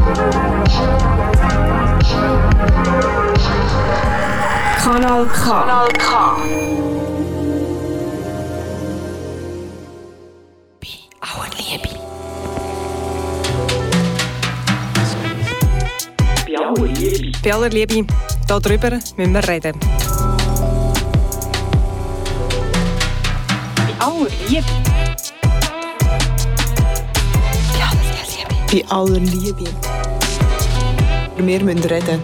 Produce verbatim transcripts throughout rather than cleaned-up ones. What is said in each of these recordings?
Kanal K. Kanal K. Bei aller Liebe. Bei aller Liebe. Bei aller Liebe. Darüber müssen wir reden. Bei aller Liebe. Bei aller Liebe. Bei aller Liebe. Wir müssen reden.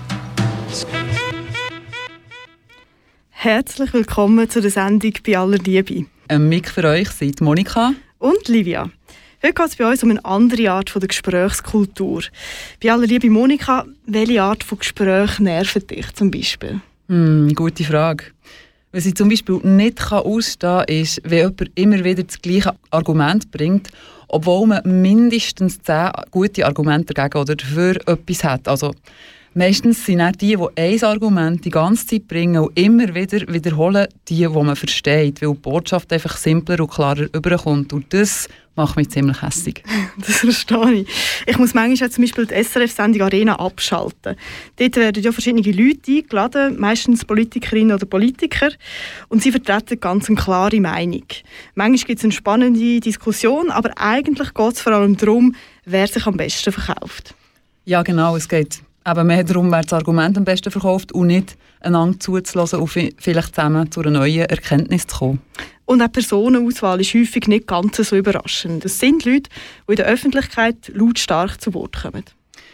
Herzlich willkommen zu der Sendung «Bei aller Liebe». Ein Mic für euch sind Monika und Livia. Heute geht es bei uns um eine andere Art von der Gesprächskultur. Bei aller Liebe, Monika, welche Art von Gespräch nervt dich zum Beispiel? Hm, gute Frage. Was ich zum Beispiel nicht ausstehen kann, ist, wenn jemand immer wieder das gleiche Argument bringt, obwohl man mindestens zehn gute Argumente dagegen oder dafür etwas hat. Also, meistens sind auch die, die ein Argument die ganze Zeit bringen und immer wieder wiederholen, die, die man versteht, weil die Botschaft einfach simpler und klarer überkommt. Und das macht mich ziemlich hässig. Das verstehe ich. Ich muss manchmal zum Beispiel die S R F-Sendung Arena abschalten. Dort werden ja verschiedene Leute eingeladen, meistens Politikerinnen oder Politiker, und sie vertreten ganz eine klare Meinung. Manchmal gibt es eine spannende Diskussion, aber eigentlich geht es vor allem darum, wer sich am besten verkauft. Ja, genau, es geht aber mehr darum, wer das Argument am besten verkauft und nicht einander zuzulassen und vielleicht zusammen zu einer neuen Erkenntnis zu kommen. Und auch die Personenauswahl ist häufig nicht ganz so überraschend. Das sind Leute, die in der Öffentlichkeit lautstark zu Wort kommen.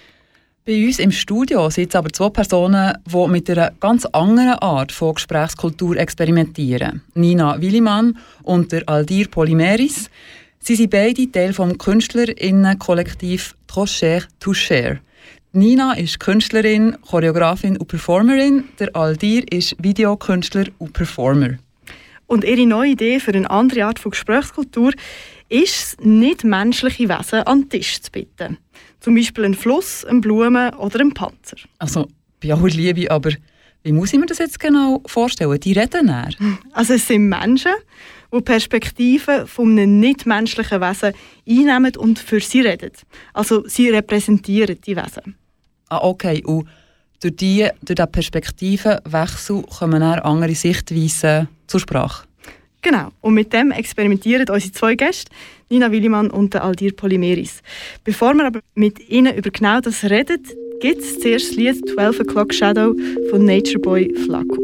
Bei uns im Studio sitzen aber zwei Personen, die mit einer ganz anderen Art von Gesprächskultur experimentieren. Nina Willimann und der Aldir Polymeris. Sie sind beide Teil des KünstlerInnen-Kollektiv Trocher to Share. Nina ist Künstlerin, Choreografin und Performerin. Der Aldir ist Videokünstler und Performer. Und ihre neue Idee für eine andere Art von Gesprächskultur ist es, nicht menschliche Wesen an den Tisch zu bitten. Zum Beispiel einen Fluss, eine Blume oder einen Panzer. Also, bei aller Liebe, aber wie muss ich mir das jetzt genau vorstellen? Die reden näher. Also es sind Menschen, die Perspektiven von einem nicht-menschlichen Wesen einnehmen und für sie reden. Also sie repräsentieren die Wesen. Ah, okay. Und durch, die, durch diesen Perspektivenwechsel kommen dann andere Sichtweisen zur Sprache. Genau. Und mit dem experimentieren unsere zwei Gäste, Nina Willimann und Aldir Polymeris. Bevor wir aber mit ihnen über genau das reden, gibt es zuerst das Lied «twelve o'clock Shadow» von Nature Boy Flaco.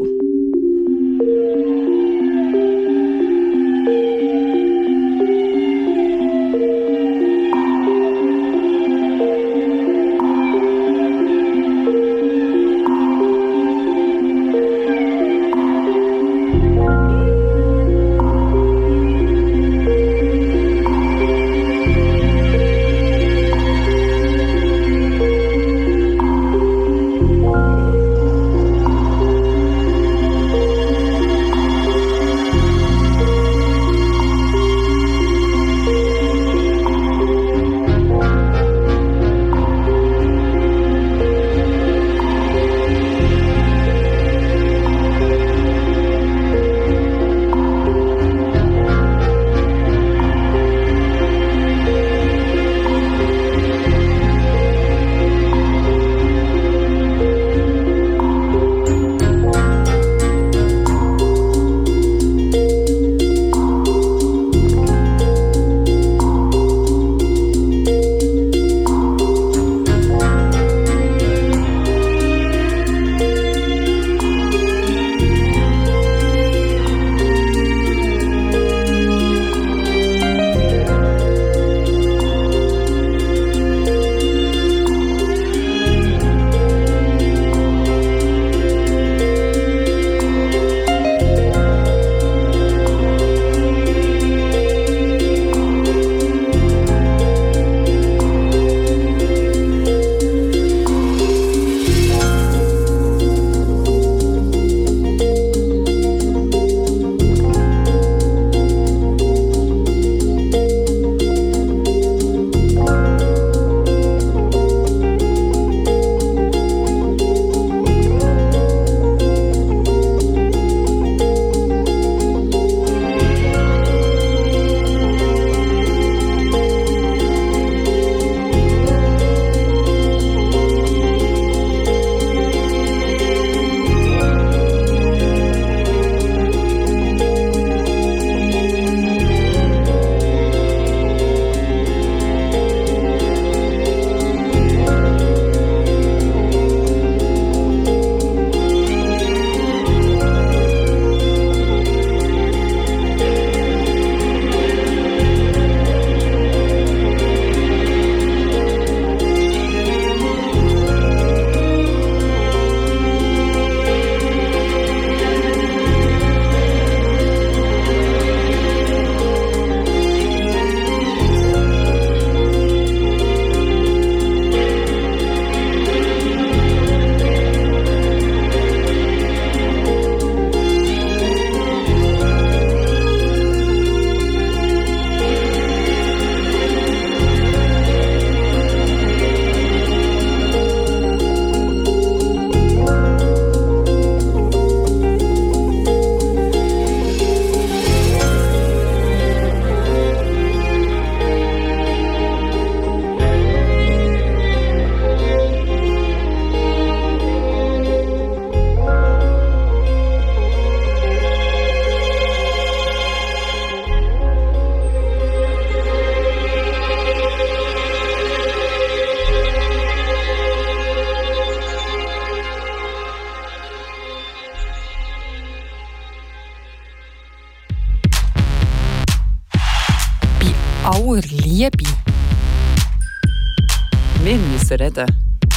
Wir müssen reden.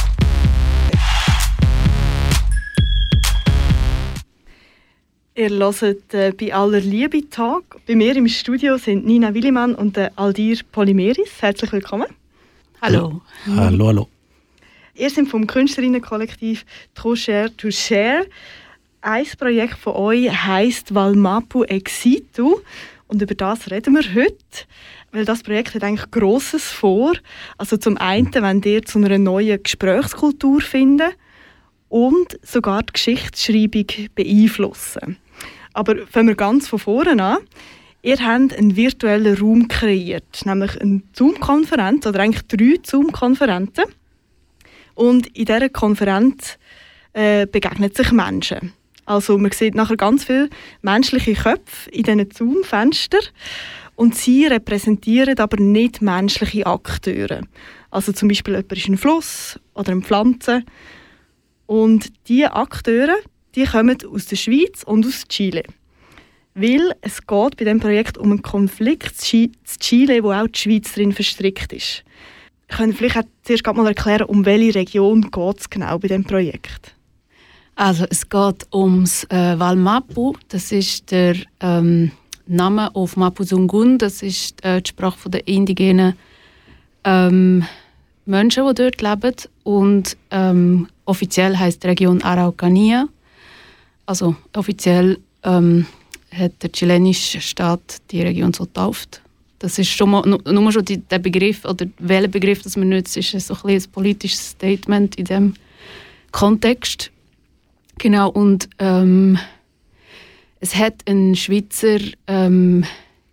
Ihr hört äh, «Bei aller Liebe» Tag. Bei mir im Studio sind Nina Willimann und äh, Aldir Polymeris. Herzlich willkommen. Hallo. Hallo, hallo. Ihr seid vom Künstlerinnenkollektiv «Trop cher to share». Ein Projekt von euch heisst «Valmapu exitu». Und über das reden wir heute, weil das Projekt hat eigentlich Grosses vor. Also zum einen, wenn ihr zu einer neuen Gesprächskultur finden und sogar die Geschichtsschreibung beeinflussen. Aber fangen wir ganz von vorne an. Ihr habt einen virtuellen Raum kreiert, nämlich eine Zoom-Konferenz, oder eigentlich drei Zoom-Konferenzen. Und in dieser Konferenz äh, begegnen sich Menschen. Also man sieht nachher ganz viele menschliche Köpfe in diesen Zoom-Fenstern. Und sie repräsentieren aber nicht menschliche Akteure. Also zum Beispiel jemand ist ein Fluss oder eine Pflanze. Und diese Akteure, die kommen aus der Schweiz und aus Chile. Weil es geht bei diesem Projekt um einen Konflikt in Chile, wo auch die Schweiz drin verstrickt ist. Können Sie vielleicht zuerst mal erklären, um welche Region geht es genau bei diesem Projekt? Also es geht ums äh, Valmapu. Das ist der ähm, Name auf Mapudungun. Das ist äh, die Sprache der indigenen ähm, Menschen, die dort leben. Und ähm, offiziell heisst die Region Araucanía. Also offiziell ähm, hat der chilenische Staat die Region so getauft. Das ist schon mal, nur, nur schon die, der Begriff, oder welcher Begriff das man nutzt, ist so ein, ein politisches Statement in diesem Kontext. Genau, und ähm, es hat eine Schweizer ähm,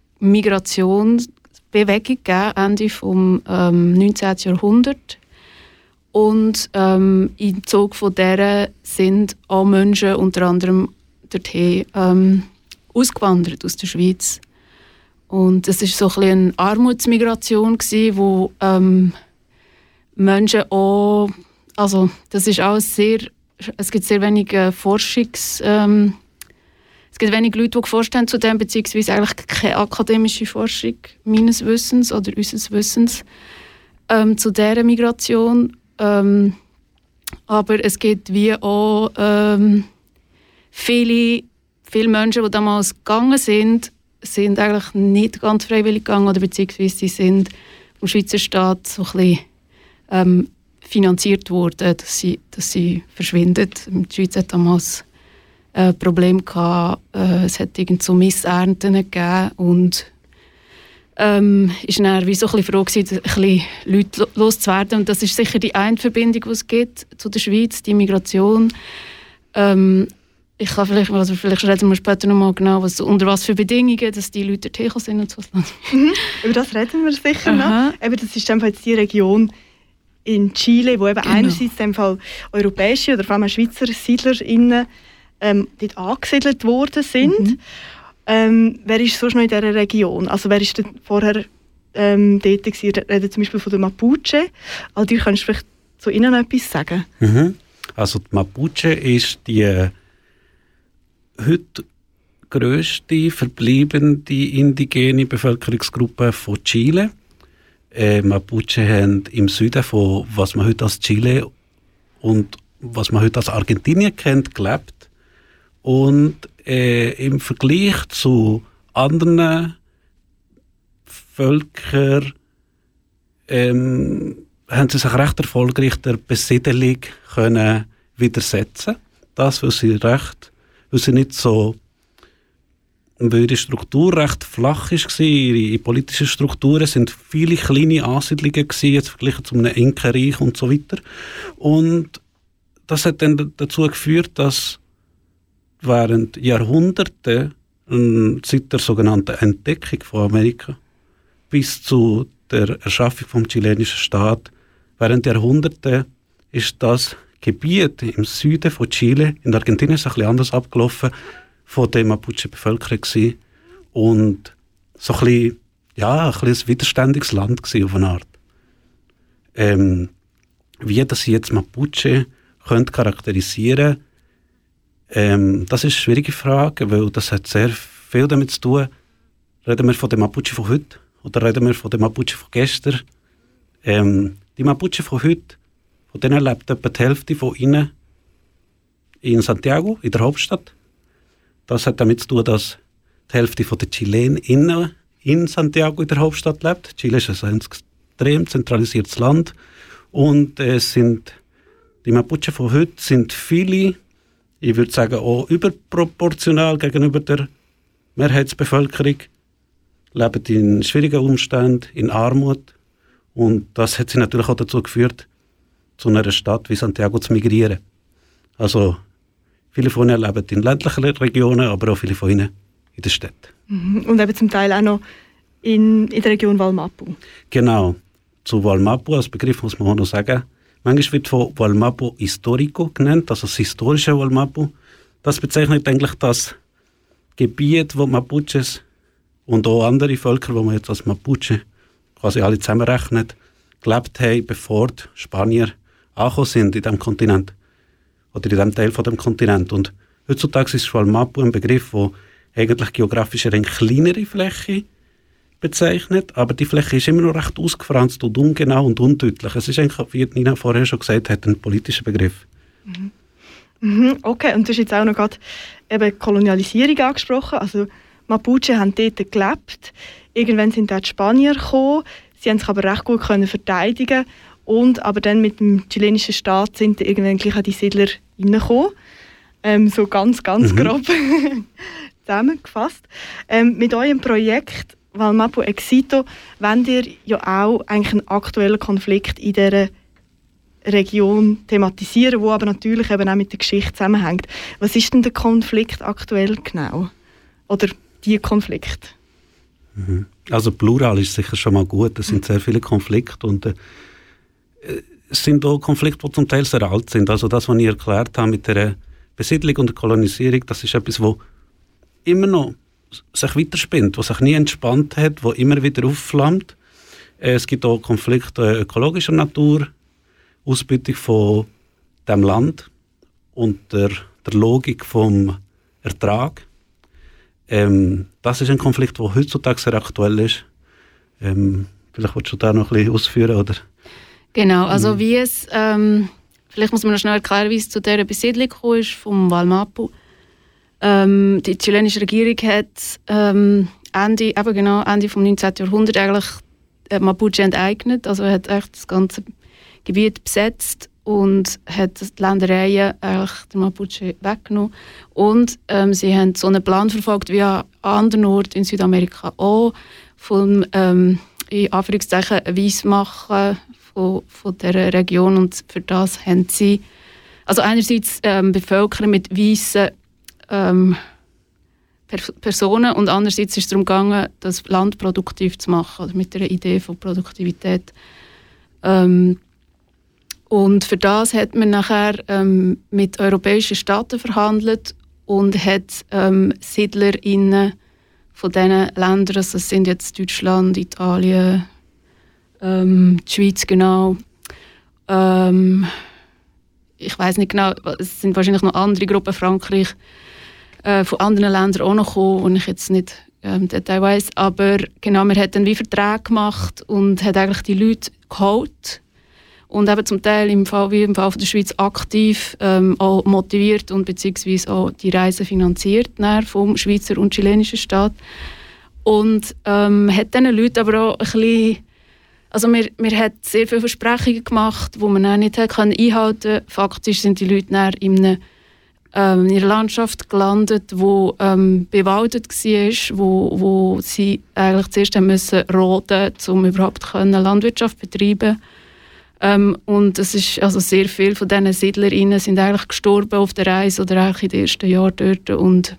Migrationsbewegung gegeben, Ende des ähm, neunzehnten. Jahrhunderts. Und ähm, im Zuge von dieser sind auch Menschen unter anderem dorthin ähm, ausgewandert aus der Schweiz. Und es war so ein bisschen eine Armutsmigration, wo ähm, Menschen auch, also das ist auch sehr, es gibt sehr wenig äh, Forschungs, ähm, es gibt wenig Leute, die geforscht haben zu dem, beziehungsweise eigentlich keine akademische Forschung meines Wissens oder unseres Wissens ähm, zu dieser Migration. Ähm, aber es gibt wie auch ähm, viele, viele Menschen, die damals gegangen sind, sind eigentlich nicht ganz freiwillig gegangen, oder beziehungsweise sie sind vom Schweizer Staat so ein bisschen ähm, finanziert worden, dass sie, dass sie verschwinden. Die Schweiz hat damals ein äh, Problem gehabt, äh, es hat irgend so Missernten gegeben und ähm, ist dann wie so ein bisschen froh gewesen, ein bisschen Leute loszuwerden. Und das ist sicher die eine Verbindung, die es gibt zu der Schweiz, die Migration. Ähm, ich kann vielleicht, also vielleicht reden wir später noch mal genau, was, unter was für Bedingungen, dass die Leute dorthin sind und so. Mhm, über das reden wir sicher noch. Eben, das ist in jetzt die Region in Chile, wo eben genau. einerseits in dem Fall europäische oder vor allem Schweizer SiedlerInnen ähm, dort angesiedelt worden sind. Mhm. Ähm, wer ist sonst noch in dieser Region? Also wer ist vorher ähm, dort gewesen? Reden zum Beispiel von den Mapuche. All die kannst du vielleicht zu ihnen noch etwas sagen? Mhm. Also die Mapuche ist die äh, heute grösste verbleibende indigene Bevölkerungsgruppe von Chile. Äh, Mapuche haben im Süden von was man heute als Chile und was man heute als Argentinien kennt, gelebt. Und äh, im Vergleich zu anderen Völkern ähm, haben sie sich recht erfolgreich der Besiedelung können widersetzen. Das, weil sie recht, weil sie nicht so, weil ihre Struktur recht flach war, ihre politischen Strukturen sind viele kleine Ansiedlungen gewesen, jetzt verglichen zu einem Inka-Reich und so weiter. Und das hat dann dazu geführt, dass während Jahrhunderten, seit der sogenannten Entdeckung von Amerika bis zu der Erschaffung vom chilenischen Staat, während Jahrhunderten ist das Gebiet im Süden von Chile, in Argentinien ist es ein bisschen anders abgelaufen, von der Mapuche-Bevölkerung gewesen. Und so ein bisschen, ja, ein bisschen ein widerständiges Land gewesen, auf eine Art. Ähm, wie das sie jetzt Mapuche können charakterisieren, ähm, das ist eine schwierige Frage, weil das hat sehr viel damit zu tun. Reden wir von dem Mapuche von heute oder reden wir von dem Mapuche von gestern? Ähm, Die Mapuche von heute, von denen lebt etwa die Hälfte von ihnen in Santiago, in der Hauptstadt. Das hat damit zu tun, dass die Hälfte der Chilenen in Santiago, in der Hauptstadt, lebt. Chile ist ein extrem zentralisiertes Land. Und es sind, die Mapuche von heute sind viele, ich würde sagen auch überproportional gegenüber der Mehrheitsbevölkerung, leben in schwierigen Umständen, in Armut. Und das hat sie natürlich auch dazu geführt, zu einer Stadt wie Santiago zu migrieren. Also viele von ihnen leben in ländlichen Regionen, aber auch viele von ihnen in der Stadt. Und eben zum Teil auch noch in, in der Region Wallmapu. Genau. Zu Wallmapu als Begriff muss man auch noch sagen. Manchmal wird von Wallmapu Historico genannt, also das historische Wallmapu. Das bezeichnet eigentlich das Gebiet, wo Mapuches und auch andere Völker, die man jetzt als Mapuche quasi alle zusammenrechnet, gelebt haben, bevor die Spanier angekommen sind in diesem Kontinent. Oder in diesem Teil von dem Kontinent. Und heutzutage ist Wallmapu ein Begriff, der eigentlich geografisch eine kleinere Fläche bezeichnet, aber die Fläche ist immer noch recht ausgefranst und ungenau und undeutlich. Es ist eigentlich, wie Nina vorher schon gesagt hat, ein politischer Begriff. Mhm. Mhm, okay, und du hast jetzt auch noch gerade eben Kolonialisierung angesprochen. Also Mapuche haben dort gelebt. Irgendwann sind dort die Spanier gekommen. Sie haben sich aber recht gut können verteidigen und aber dann mit dem chilenischen Staat sind irgendwann gleich auch die Siedler reingekommen. Ähm, so ganz, ganz mhm. grob zusammengefasst. Ähm, mit eurem Projekt Wallmapu Exito wollt ihr ja auch eigentlich einen aktuellen Konflikt in dieser Region thematisieren, der aber natürlich eben auch mit der Geschichte zusammenhängt. Was ist denn der Konflikt aktuell genau? Oder die Konflikt? Also Plural ist sicher schon mal gut. Es sind sehr viele Konflikte und äh, es sind auch Konflikte, die zum Teil sehr alt sind. Also das, was ich erklärt habe mit der Besiedlung und der Kolonisierung, das ist etwas, das immer noch sich weiterspinnt, was sich nie entspannt hat, wo immer wieder aufflammt. Es gibt auch Konflikte ökologischer Natur, Ausbeutung von dem Land und der, der Logik vom Ertrag. Ähm, das ist ein Konflikt, der heutzutage sehr aktuell ist. Ähm, vielleicht willst du da noch ein bisschen ausführen, oder? Genau, also mhm. wie es, ähm, vielleicht muss man noch schnell erklären, wie es zu dieser Besiedlung gekommen ist vom Wallmapu. Ähm, die chilenische Regierung hat ähm, Ende, eben genau, Ende des neunzehnten. Jahrhunderts eigentlich äh, Mapuche enteignet, also hat echt das ganze Gebiet besetzt und hat die Ländereien eigentlich der Mapuche weggenommen. Und ähm, sie haben so einen Plan verfolgt wie an anderen Orten in Südamerika auch, von ähm, in Anführungszeichen Weissmachen von, von dieser Region. Und für das haben sie also einerseits ähm, Bevölkerung mit weißen Ähm, per- Personen und andererseits ist es darum gegangen, das Land produktiv zu machen, also mit der Idee von Produktivität. Ähm, und für das hat man nachher ähm, mit europäischen Staaten verhandelt und hat ähm, SiedlerInnen von diesen Ländern, also das sind jetzt Deutschland, Italien, ähm, die Schweiz genau, ähm, ich weiß nicht genau, es sind wahrscheinlich noch andere Gruppen, Frankreich, äh, von anderen Ländern auch noch gekommen, die ich jetzt nicht ähm, Detail weiss. Aber genau, man hat dann wie Verträge gemacht und hat eigentlich die Leute geholt und eben zum Teil im Fall, wie im Fall von der Schweiz aktiv ähm, auch motiviert und beziehungsweise auch die Reise finanziert vom Schweizer und chilenischen Staat. Und ähm, hat diesen Leuten aber auch ein bisschen, also man, man hat sehr viele Versprechungen gemacht, die man auch nicht hat einhalten konnte. Faktisch sind die Leute dann in, eine, ähm, in einer Landschaft gelandet, die ähm, bewaldet war, wo, wo sie eigentlich zuerst haben müssen roden, um überhaupt können Landwirtschaft betreiben. Ähm, und es ist also sehr viele von diesen SiedlerInnen sind eigentlich gestorben auf der Reise oder eigentlich in den ersten Jahren dort. Und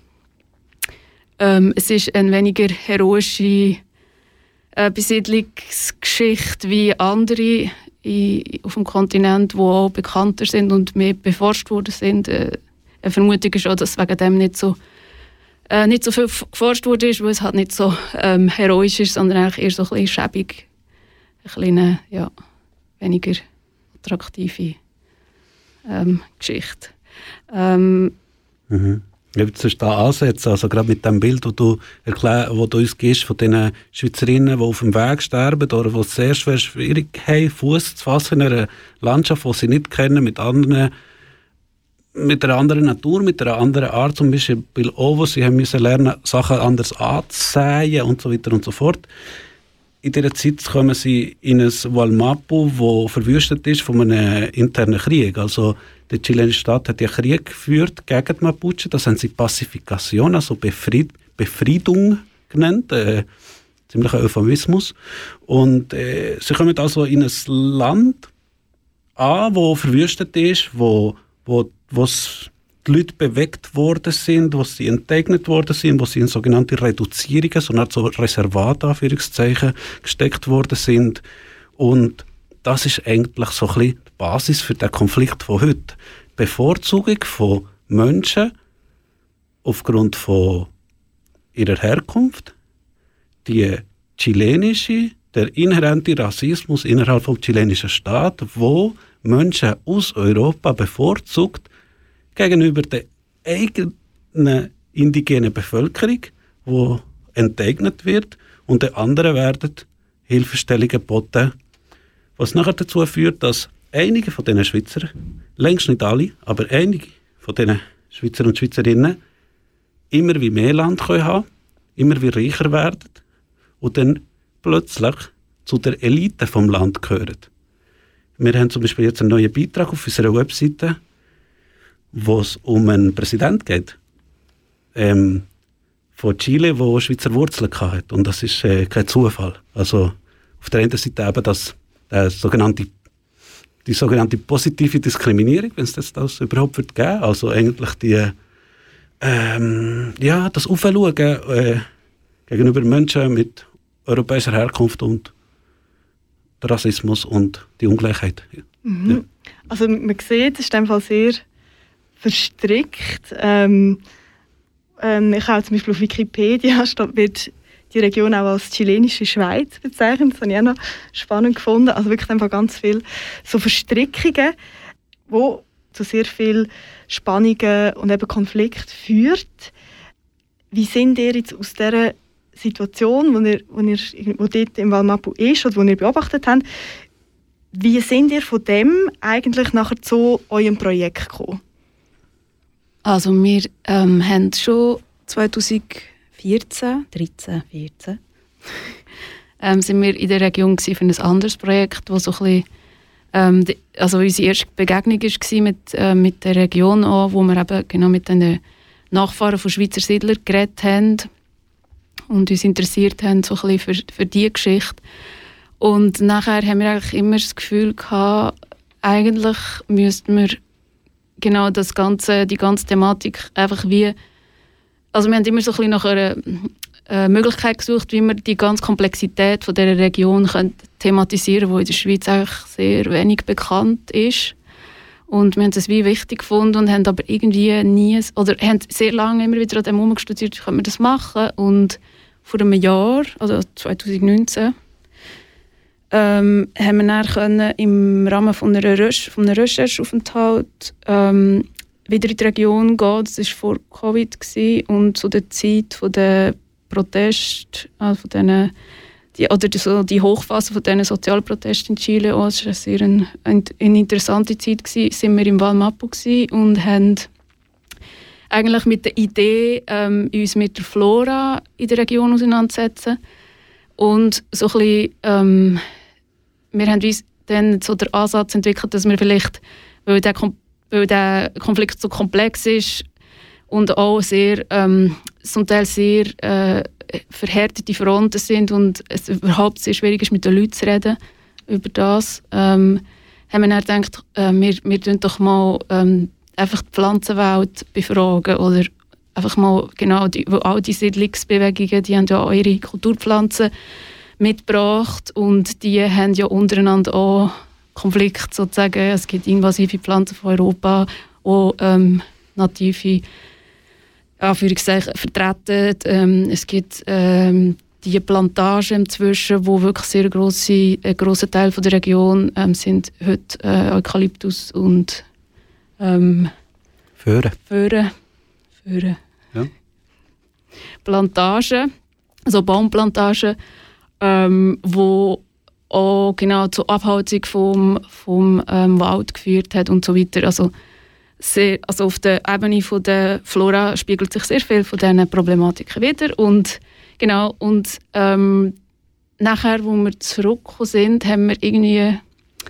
ähm, es ist eine weniger heroische äh, Besiedlungsgeschichte wie andere in, auf dem Kontinent, die auch bekannter sind und mehr beforscht worden sind. Äh, eine Vermutung ist auch, dass wegen dem nicht so, äh, nicht so viel geforscht wurde, weil es halt nicht so ähm, heroisch ist, sondern eigentlich eher so ein bisschen schäbig, ein kleine, ja, weniger attraktive ähm, Geschichte. Ähm, mhm. Ich würde es da ansetzen, also gerade mit dem Bild, das du, erklär, wo du uns gibst, von den Schweizerinnen, die auf dem Weg sterben oder die es sehr schwer schwierig haben, Fuß zu fassen in einer Landschaft, die sie nicht kennen, mit anderen, mit einer anderen Natur, mit einer anderen Art, zum Beispiel auch, wo sie haben müssen lernen, Sachen anders anzusäen und so weiter und so fort. In dieser Zeit kommen sie in ein Wallmapu, das verwüstet ist von einem internen Krieg. Also der chilenische Staat hat ja Krieg geführt gegen die Mapuche. Das haben sie Pacification, also Befried- Befriedung genannt. Äh, ziemlicher Euphemismus. Und äh, sie kommen also in ein Land an, das verwüstet ist, wo, wo, wo die Leute bewegt worden sind, wo sie enteignet worden sind, wo sie in sogenannte Reduzierungen, so eine Art so Reservat, Anführungszeichen, gesteckt worden sind. Und das ist eigentlich so ein bisschen die Basis für den Konflikt von heute. Die Bevorzugung von Menschen aufgrund von ihrer Herkunft, die chilenische, der inhärente Rassismus innerhalb des chilenischen Staates, wo Menschen aus Europa bevorzugt gegenüber der eigenen indigenen Bevölkerung, die enteignet wird, und den anderen werden Hilfestellungen geboten, was nachher dazu führt, dass einige von diesen Schweizer, längst nicht alle, aber einige von diesen Schweizer und Schweizerinnen immer wie mehr Land können haben, immer wie reicher werden und dann plötzlich zu der Elite vom Land gehören. Wir haben zum Beispiel jetzt einen neuen Beitrag auf unserer Webseite, wo es um einen Präsidenten geht, ähm, von Chile, der Schweizer Wurzeln hatte. Und das ist äh, kein Zufall. Also auf der einen Seite eben das, äh, sogenannte, die sogenannte positive Diskriminierung, wenn es das, das überhaupt wird geben, also eigentlich die, ähm, ja, das Aufschauen äh, gegenüber Menschen mit europäischer Herkunft und der Rassismus und die Ungleichheit. Mhm. Ja. Also man sieht, es ist in dem Fall sehr verstrickt. Ähm, ähm, ich habe zum Beispiel auf Wikipedia steht, wird die Region auch als chilenische Schweiz bezeichnet. Das habe ich auch noch spannend gefunden. Also wirklich einfach ganz viele so Verstrickungen, die zu sehr viel Spannungen und eben Konflikt führt. Wie sind ihr jetzt aus dieser Situation, wo ihr, wo ihr wo dort im Wallmapu ist oder wo ihr beobachtet habt, wie sind ihr von dem eigentlich nachher zu eurem Projekt gekommen? Also wir ähm, haben schon zweitausendvierzehn, dreizehn, vierzehn ähm, sind wir in der Region für ein anderes Projekt, wo so ein bisschen, ähm, die, also unsere erste Begegnung war mit, äh, mit der Region auch, wo wir eben genau mit den Nachfahren von Schweizer Siedlern geredet haben und uns interessiert haben so ein bisschen für, für diese Geschichte. Und nachher haben wir eigentlich immer das Gefühl gehabt, eigentlich müssten wir genau das ganze, die ganze Thematik einfach wie, also wir haben immer so ein bisschen nach einer äh, Möglichkeit gesucht, wie wir die ganze Komplexität von dieser Region können thematisieren können, die in der Schweiz eigentlich sehr wenig bekannt ist. Und wir haben das wie wichtig gefunden und haben aber irgendwie nie, oder haben sehr lange immer wieder an dem herumgestudiert, können wir das machen. Und vor einem Jahr, also zwanzig neunzehn, ähm, haben wir dann können im Rahmen von einer, Recherche, von einer Rechercheaufenthalt ähm, wieder in die Region gehen. Das war vor Covid gewesen, und zu der Zeit von der Protest, also von denen, die, oder so die Hochphase von diesen Sozialprotesten in Chile, auch, das war sehr eine, eine, eine interessante Zeit gewesen, sind wir im Wallmapu und haben eigentlich mit der Idee, ähm, uns mit der Flora in der Region auseinanderzusetzen. Und so ein bisschen, ähm, wir haben uns dann so den Ansatz entwickelt, dass wir vielleicht, weil der, Kom- weil der Konflikt so komplex ist und auch sehr, ähm, zum Teil sehr äh, verhärtete Fronten sind und es überhaupt sehr schwierig ist, mit den Leuten zu reden über das, ähm, haben wir dann gedacht, äh, wir, wir tun doch mal ähm, einfach die Pflanzenwelt befragen oder einfach mal, genau, die, all die Siedlungsbewegungen, die haben ja auch ihre Kulturpflanzen mitgebracht und die haben ja untereinander auch Konflikte sozusagen. Es gibt invasive Pflanzen von Europa, auch ähm, native Anführungszeichen vertreten. Ähm, es gibt ähm, die Plantagen inzwischen, wo wirklich sehr grosse, ein grosser Teil von der Region ähm, sind heute äh, Eukalyptus und ähm, Föhren. Föhren. für Ja. Plantagen, also Baumplantagen, ähm, wo auch genau zur Abholzung vom, vom ähm, Wald geführt hat und so weiter. Also, sehr, also auf der Ebene von der Flora spiegelt sich sehr viel von diesen Problematiken wieder. Und genau, und ähm, nachher, wo wir zurückgekommen sind, haben wir irgendwie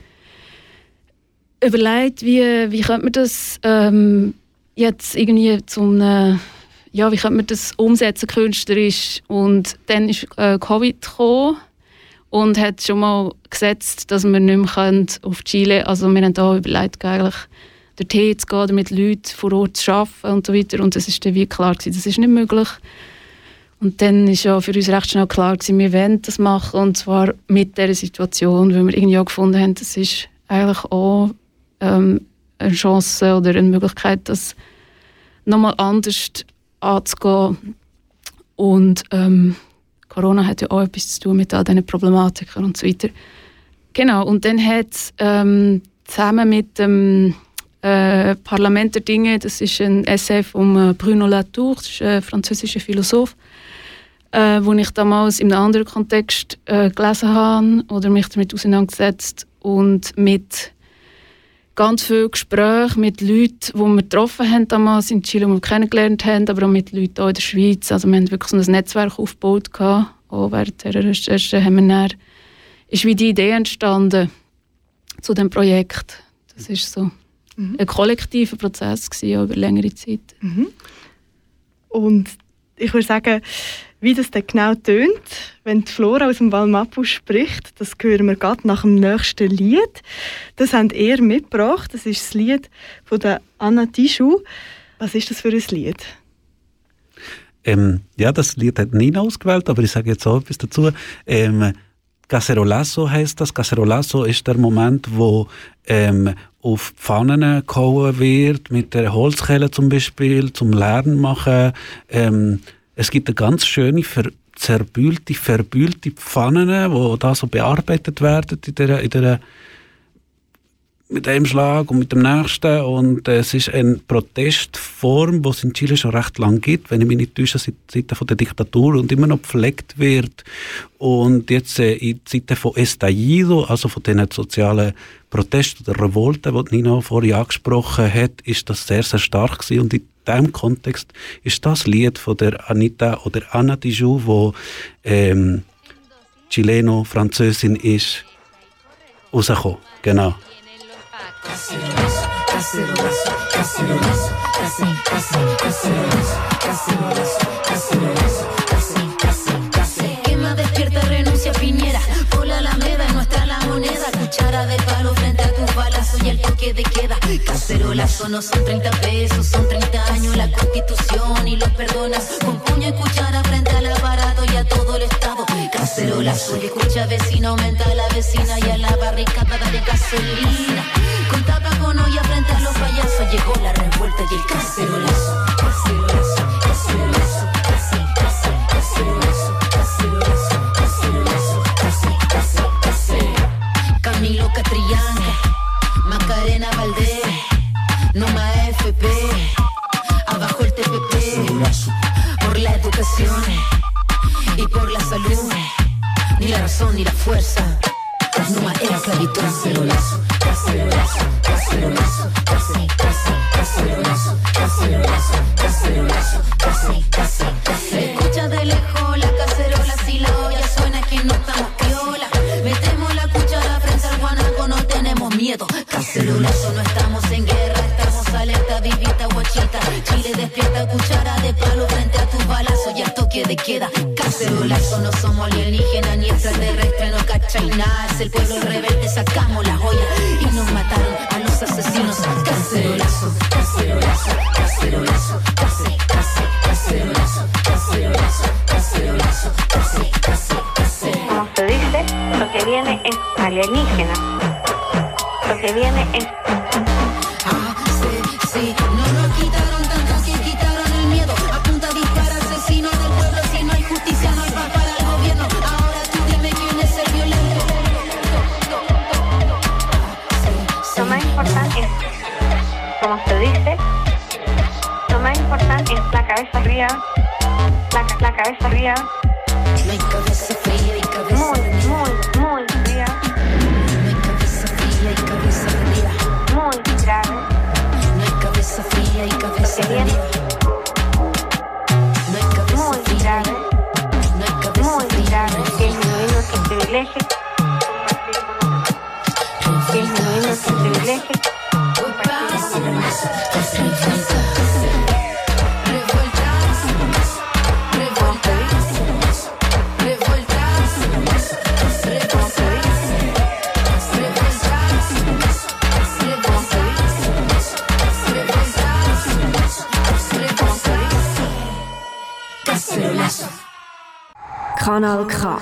überlegt, wie, wie könnte man das ähm, jetzt irgendwie zum äh, ja, wie könnte man das umsetzen künstlerisch. Und dann ist äh, Covid gekommen und hat schon mal gesetzt, dass wir nicht mehr können auf Chile, also wir haben da überlegt, eigentlich dorthin zu gehen, mit Leuten vor Ort zu arbeiten und so weiter. Und es ist dann wie klar gewesen, das ist nicht möglich. Und dann ist ja für uns recht schnell klar gewesen, wir wollen das machen, und zwar mit dieser Situation, weil wir irgendwie auch gefunden haben, das ist eigentlich auch ähm, eine Chance oder eine Möglichkeit, das nochmal anders anzugehen. Und ähm, Corona hat ja auch etwas zu tun mit all diesen Problematiken und so weiter. Genau, und dann hat es ähm, zusammen mit dem äh, Parlament der Dinge, das ist ein Essay von äh, Bruno Latour, das ist ein französischer Philosoph, äh, wo ich damals in einem anderen Kontext äh, gelesen habe oder mich damit auseinandergesetzt und mit ganz viele Gespräche mit Leuten, die wir getroffen haben damals in Chile, die wir kennengelernt haben, aber auch mit Leuten auch in der Schweiz. Also wir haben wirklich so ein Netzwerk aufgebaut. Auch während dieser Recherche haben wir dann, ist wie die Idee entstanden zu diesem Projekt. Das war so mhm. ein kollektiver Prozess gewesen, über längere Zeit. Mhm. Und ich würde sagen, wie das dann genau tönt, wenn die Flora aus dem Wallmapu spricht, das hören wir gerade nach dem nächsten Lied. Das habt ihr mitgebracht. Das ist das Lied von der Anna Tijoux. Was ist das für ein Lied? Ähm, ja, das Lied hat Nina ausgewählt, aber ich sage jetzt auch etwas dazu. Ähm, Cacerolazo heisst das. Cacerolazo ist der Moment, wo ähm, auf Pfannen gehauen wird, mit der Holzkelle zum Beispiel, zum Lernen machen. Ähm, es gibt eine ganz schöne, ver- zerbühlte, verbühlte Pfannen, die da so bearbeitet werden in der, in der mit einem Schlag und mit dem nächsten. Und äh, es ist eine Protestform, die es in Chile schon recht lange gibt, wenn ich mich nicht täusche, seit Zeiten von der Diktatur und immer noch gepflegt wird. Und jetzt äh, in Zeiten von Estallido, also von diesen sozialen Protesten oder Revolten, die Nina vorhin angesprochen hat, ist das sehr, sehr stark gewesen. Und in diesem Kontext ist das Lied von der Anita oder Anna Tijoux, wo ähm, Chileno-Französin ist, rausgekommen. Genau. Cacerolazo, cacerolazo, cacerolazo, cacerolazo, cacerolazo, cacerolazo, cacerolazo. Quema, despierta, renuncia, Piñera. Por la Alameda, nuestra la moneda. Cuchara de palo frente a tus balazos y el toque de queda. Cacerolazo no son treinta pesos, son treinta años la Constitución y los perdonas. Con puño y cuchara frente al aparato y a todo el Estado. Cacerolazo, y escucha vecino, aumenta a la vecina y a la barricada de gasolina. Con tapa con olla frente a los payasos llegó la revuelta y el cacerolazo. Cacerolazo, cacerolazo, cacerolazo, cacerolazo, cacerolazo, cacerolazo, cacerolazo. Camilo Catrillán, Macarena Valdés, Noma F P, abajo el T P P, por la educación y por la salud, ni la razón ni la fuerza. Numa era esclavitud. Cacerolazo, cacerolazo, cacerolazo, cacerolazo, cacerolazo, cacerolazo, cacerolazo, cacerolazo. Escucha de lejos la cacerola, si la olla suena que no estamos piola. Metemos la cuchara frente al guanaco, no tenemos miedo. Cacerolazo, no estamos en guerra, estamos alerta, vivita, guachita. Chile despierta, cuchara de palo frente a tus balazos y al toque de queda. Cacerolazo, no somos alienígenas ni extraterrestres, no cachai nada. Es el pueblo rebelde, sacamos la joya y nos mataron a los asesinos. Cacerolazo, cacerolazo, cacerolazo, cacerolazo, cacerolazo, cacerolazo, cacerolazo, cacerolazo. Como se dice, lo que viene es alienígena. Lo que viene es... Ah, sí, sí, no nos quitaron tanto que quitaron el miedo. Apunta, dispara, asesino del pueblo. Si no hay justicia, no hay paz para el gobierno. Ahora tú dime quién es el violento. Lo más importante es, como se dice, lo más importante es la cabeza fría, la, la cabeza fría. No hay cabeza fría y cabeza Muy, muy, muy fría. No hay cabeza fría y cabeza fría. Muy grave. No hay cabeza fría y cabeza Porque viene fría. No hay cabeza muy fría. grave, No hay cabeza muy fría. grave, disminuyendo sus privilegios, disminuyendo sus privilegios. Kanal K.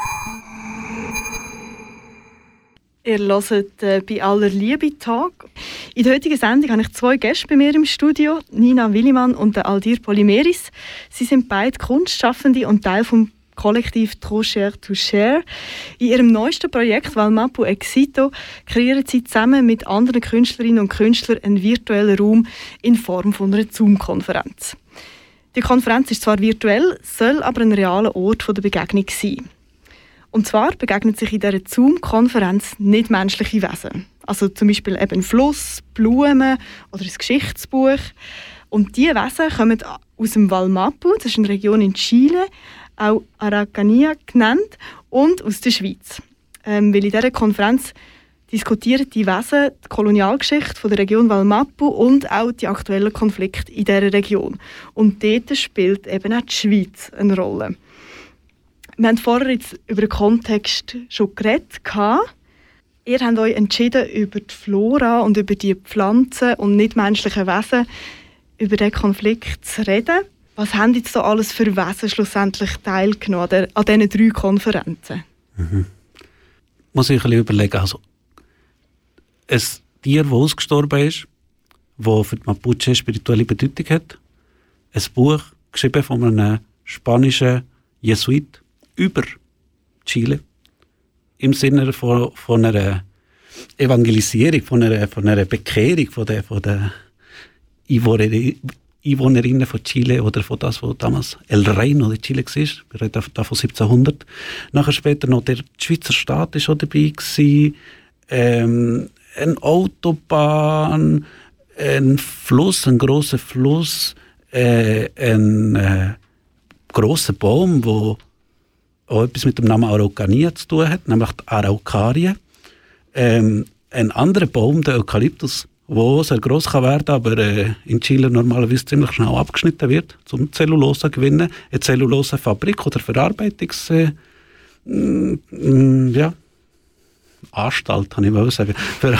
Ihr hört äh, «Bei aller Liebe» Tag. In der heutigen Sendung habe ich zwei Gäste bei mir im Studio, Nina Willimann und Aldir Polymeris. Sie sind beide Kunstschaffende und Teil vom Kollektiv «Trop cher to share». In ihrem neuesten Projekt «Valmapu Exito» kreieren sie zusammen mit anderen Künstlerinnen und Künstlern einen virtuellen Raum in Form von einer Zoom-Konferenz. Die Konferenz ist zwar virtuell, soll aber ein realer Ort der Begegnung sein. Und zwar begegnen sich in dieser Zoom-Konferenz nicht menschliche Wesen. Also zum Beispiel eben ein Fluss, Blumen oder ein Geschichtsbuch. Und diese Wesen kommen aus dem Valmapu, das ist eine Region in Chile, auch Araucanía genannt, und aus der Schweiz. Ähm, weil in dieser Konferenz diskutieren die Wesen die Kolonialgeschichte von der Region Valmapu und auch die aktuellen Konflikte in dieser Region. Und dort spielt eben auch die Schweiz eine Rolle. Wir haben vorher jetzt über den Kontext schon geredet. Ihr habt euch entschieden, über die Flora und über die Pflanzen und nichtmenschlichen Wesen über diesen Konflikt zu reden. Was haben jetzt so alles für Wesen schlussendlich teilgenommen an, der, an diesen drei Konferenzen? Mhm. Muss ich ein bisschen überlegen. Also, ein Tier, das ausgestorben ist, das für die Mapuche spirituelle Bedeutung hat. Ein Buch, geschrieben von einem spanischen Jesuit über Chile. Im Sinne von, von einer Evangelisierung, von einer, von einer Bekehrung von der, von der Einwohnerinnen von Chile oder von das, was damals El Reino de Chile war. Wir reden da von siebzehnhundert. Nachher später noch der Schweizer Staat war schon dabei gewesen. Ähm, eine Autobahn, ein Fluss, ein grosser Fluss, äh, ein äh, grosser Baum, der auch etwas mit dem Namen Araucanía zu tun hat, nämlich die Araucarie. Ähm, ein anderer Baum, der Eukalyptus, der sehr gross kann werden, aber äh, in Chile normalerweise ziemlich schnell abgeschnitten wird, zum Zellulose zu gewinnen. Eine Zellulosefabrik oder Verarbeitungs... Äh, mm, ja, Anstalt, kann ich mal sagen. Ver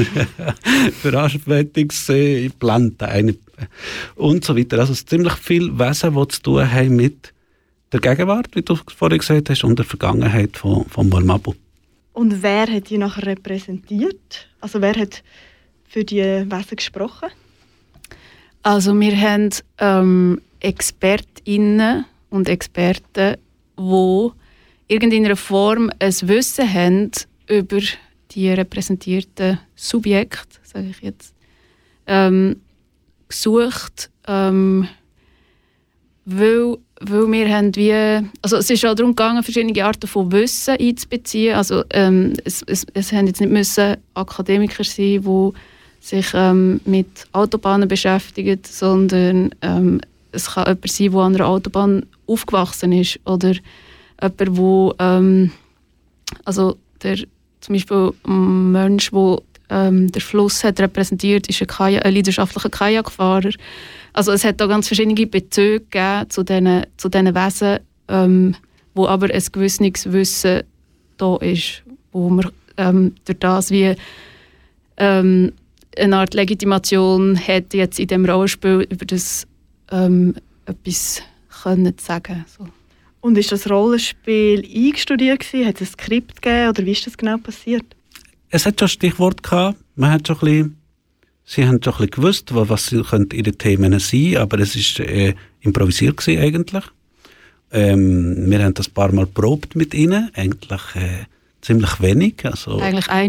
Verarbeitungsplanten eine und so weiter. Also es sind ziemlich viele Wesen, die zu tun haben mit der Gegenwart, wie du vorhin gesagt hast, und der Vergangenheit von, von Valmapu. Und wer hat die nachher repräsentiert? Also wer hat für die Wesen gesprochen? Also wir haben ähm, ExpertInnen und Experten, die irgendeiner Form ein Wissen haben über die repräsentierten Subjekte, sage ich jetzt, ähm, gesucht, ähm, weil, weil wir haben wie, also es ist auch darum gegangen, verschiedene Arten von Wissen einzubeziehen. Also ähm, es, es, es haben jetzt nicht müssen Akademiker sein, die sich ähm, mit Autobahnen beschäftigen, sondern ähm, es kann jemand sein, der an einer Autobahn aufgewachsen ist oder jemand, der ähm, also der zum Beispiel ein Mensch, der ähm, den Fluss hat repräsentiert, ist ein, Kajak, ein leidenschaftlicher Kajakfahrer. Also es hat da ganz verschiedene Bezüge gegeben zu diesen, zu diesen Wesen, ähm, wo aber ein gewisses Wissen da ist, wo man ähm, durch das wie ähm, eine Art Legitimation hat, jetzt in diesem Rollenspiel über das ähm, etwas können zu sagen. So. Und ist das Rollenspiel eingestudiert gewesen? Hat es ein Skript gegeben oder wie ist das genau passiert? Es hat schon Stichwort gehabt. Man hat schon ein bisschen, sie haben schon ein bisschen gewusst, was ihre Themen sein, aber es ist äh, improvisiert gewesen eigentlich. Ähm, wir haben das ein paar Mal probt mit ihnen, eigentlich äh, ziemlich wenig. Also, Eigentlich einig?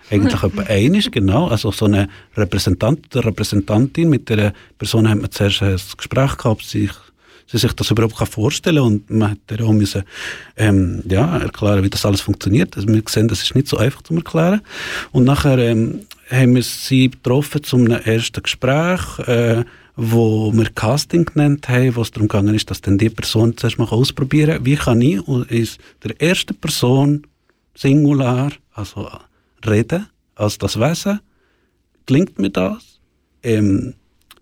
eigentlich etwa einig, genau. Also so eine Repräsentant oder Repräsentantin, mit der Person hat man zuerst ein Gespräch gehabt, sich, sie sich das überhaupt vorstellen kann und man hat ihr auch müssen, ähm, ja, erklären, wie das alles funktioniert. Also wir sehen, das ist nicht so einfach zu erklären. Und nachher ähm, haben wir sie getroffen zu einem ersten Gespräch, äh, wo wir Casting genannt haben, wo es darum gegangen ist, dass dann die Person zuerst mal ausprobieren kann, wie kann ich als der erste Person Singular, also reden, als das Wesen, gelingt mir das? Ähm,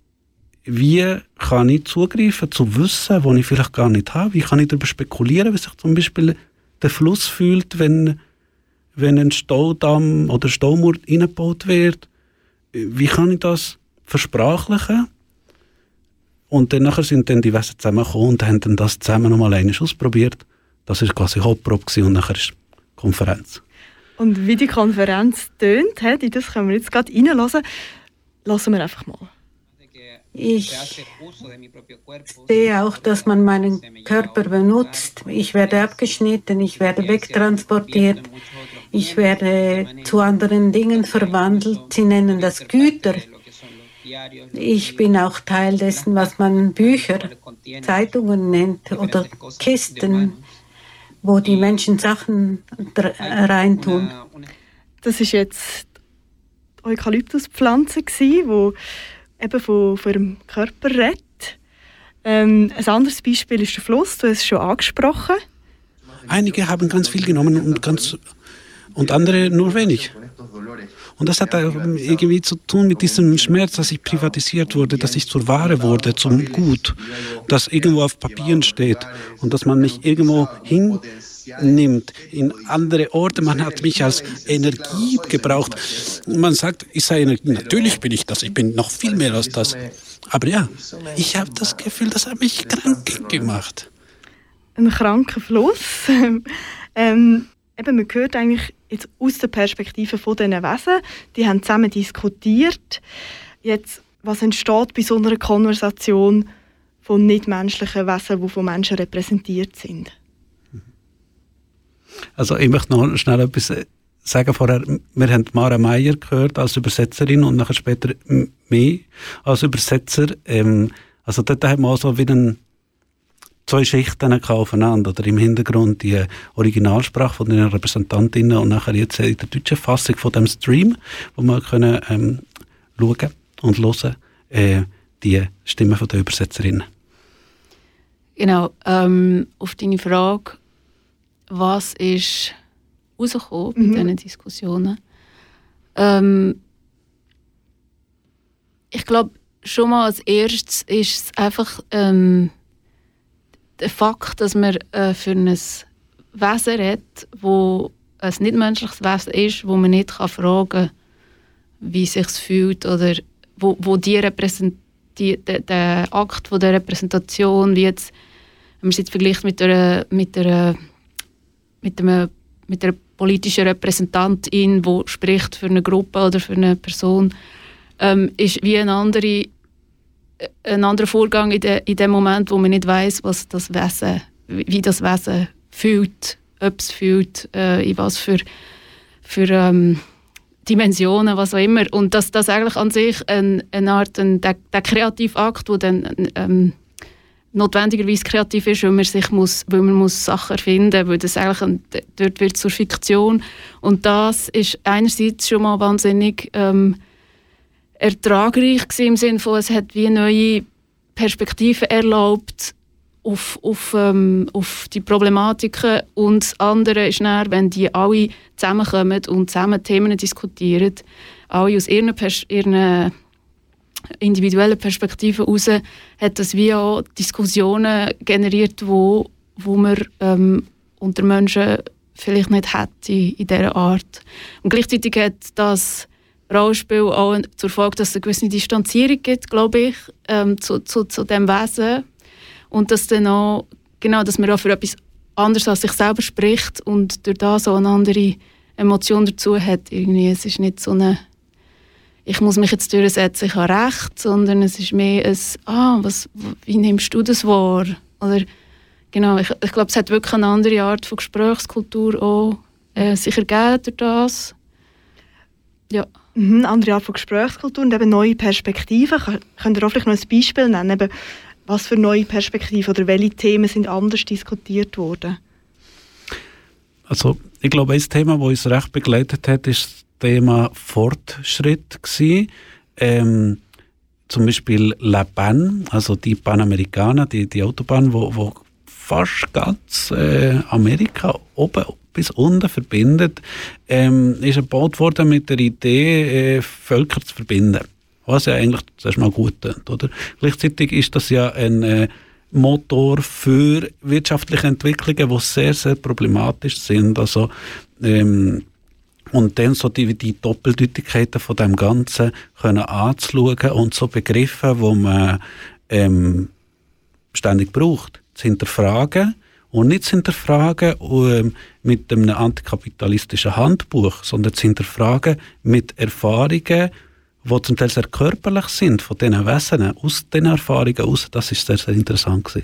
wie kann ich zugreifen zu Wissen, das ich vielleicht gar nicht habe? Wie kann ich darüber spekulieren, wie sich zum Beispiel der Fluss fühlt, wenn, wenn ein Staudamm oder Staumauer eingebaut wird? Wie kann ich das versprachlichen? Und dann nachher sind dann die Wesen zusammengekommen und haben dann das zusammen nochmal einmal ausprobiert. Das war quasi Hauptprobe und nachher ist Konferenz. Und wie die Konferenz tönt, in das können wir jetzt gerade reinhören. Lassen wir einfach mal. Ich sehe auch, dass man meinen Körper benutzt. Ich werde abgeschnitten, ich werde wegtransportiert, ich werde zu anderen Dingen verwandelt. Sie nennen das Güter. Ich bin auch Teil dessen, was man Bücher, Zeitungen nennt oder Kisten, wo die Menschen Sachen reintun. Das war jetzt die Eukalyptuspflanze, die eben von, von ihrem Körper redet. Ähm, ein anderes Beispiel ist der Fluss, du hast es schon angesprochen. Einige haben ganz viel genommen und, ganz, und andere nur wenig. Und das hat irgendwie zu tun mit diesem Schmerz, dass ich privatisiert wurde, dass ich zur Ware wurde, zum Gut, das irgendwo auf Papieren steht und dass man mich irgendwo hinnimmt in andere Orte. Man hat mich als Energie gebraucht. Man sagt, ich sei Energie. Natürlich bin ich das, ich bin noch viel mehr als das. Aber ja, ich habe das Gefühl, das hat mich krank gemacht. Ein kranker Fluss. ähm, eben, man hört eigentlich jetzt aus der Perspektive von diesen Wesen, die haben zusammen diskutiert. Jetzt, was entsteht bei so einer Konversation von nichtmenschlichen Wesen, die von Menschen repräsentiert sind? Also ich möchte noch schnell etwas sagen vorher. Wir haben Mara Meyer gehört als Übersetzerin und nachher später mich als Übersetzer. Ähm, also dort hat man auch so wieder ein zwei Schichten aufeinander, oder im Hintergrund die Originalsprache von den Repräsentantinnen und nachher jetzt in der deutschen Fassung von dem Stream, wo wir können ähm, schauen und hören, äh, die Stimmen von der Übersetzerinnen. Genau, ähm, auf deine Frage, was ist rausgekommen mhm. bei diesen Diskussionen? Ähm, ich glaube, schon mal als erstes ist es einfach ähm, der Fakt, dass man äh, für ein Wesen redet, das ein nicht-menschliches Wesen ist, wo man nicht kann fragen kann, wie es sich fühlt, oder wo, wo die Repräsent- die, der, der Akt von der Repräsentation, wie jetzt, wenn man es jetzt vergleicht mit einer, mit einer, mit einer, mit einer politischen Repräsentantin, die spricht für eine Gruppe oder für eine Person, ähm, ist wie eine andere ein anderer Vorgang in, de, in dem Moment, wo man nicht weiss, was das Wesen, wie das Wesen fühlt, ob es fühlt, äh, in was für, für ähm, Dimensionen, was auch immer. Und dass das eigentlich an sich ein, eine Art, ein, der, der kreative Akt, der dann ähm, notwendigerweise kreativ ist, weil man sich muss, weil man muss Sachen erfinden, weil das eigentlich ein, dort wird zur Fiktion. Und das ist einerseits schon mal wahnsinnig ähm, ertragreich gewesen, im Sinne von, es hat wie neue Perspektiven erlaubt auf, auf, ähm, auf die Problematiken. Und das andere ist dann, wenn die alle zusammenkommen und zusammen Themen diskutieren, alle aus ihren, Pers- ihren individuellen Perspektiven heraus, hat das wie auch Diskussionen generiert, wo, wo man ähm, unter Menschen vielleicht nicht hätte in dieser Art. Und gleichzeitig hat das Rollenspiel auch zur Folge, dass es eine gewisse Distanzierung gibt, glaube ich, ähm, zu, zu, zu dem Wesen. Und dass, dann auch, genau, dass man auch für etwas anderes als sich selber spricht und durch das so eine andere Emotion dazu hat. Irgendwie. Es ist nicht so eine, ich muss mich jetzt durchsetzen, ich habe Recht, sondern es ist mehr ein, ah, was, wie nimmst du das wahr? Oder, genau, ich, ich glaube, es hat wirklich eine andere Art von Gesprächskultur auch äh, sich ergeben durch das. Ja. Mhm, andere Art von Gesprächskultur und eben neue Perspektiven. Könnt ihr auch vielleicht noch ein Beispiel nennen, eben, was für neue Perspektiven oder welche Themen sind anders diskutiert worden? Also ich glaube, ein Thema, das uns recht begleitet hat, ist das Thema Fortschritt gewesen. Ähm, zum Beispiel La Pan, also die Panamericana, die, die Autobahn, wo, wo fast ganz äh, Amerika oben bis unten verbindet, ähm, ist gebaut worden mit der Idee, äh, Völker zu verbinden. Was ja eigentlich zuerst mal gut klingt, oder? Gleichzeitig ist das ja ein äh, Motor für wirtschaftliche Entwicklungen, die sehr, sehr problematisch sind. Also, ähm, und dann so die, die Doppeldeutigkeiten von dem Ganzen können anzuschauen und so Begriffe, die man ähm, ständig braucht, zu hinterfragen. Und nicht zu hinterfragen ähm, mit einem antikapitalistischen Handbuch, sondern zu hinterfragen mit Erfahrungen, die zum Teil sehr körperlich sind, von diesen Wesen, aus diesen Erfahrungen aus. Das war sehr, sehr interessant gewesen.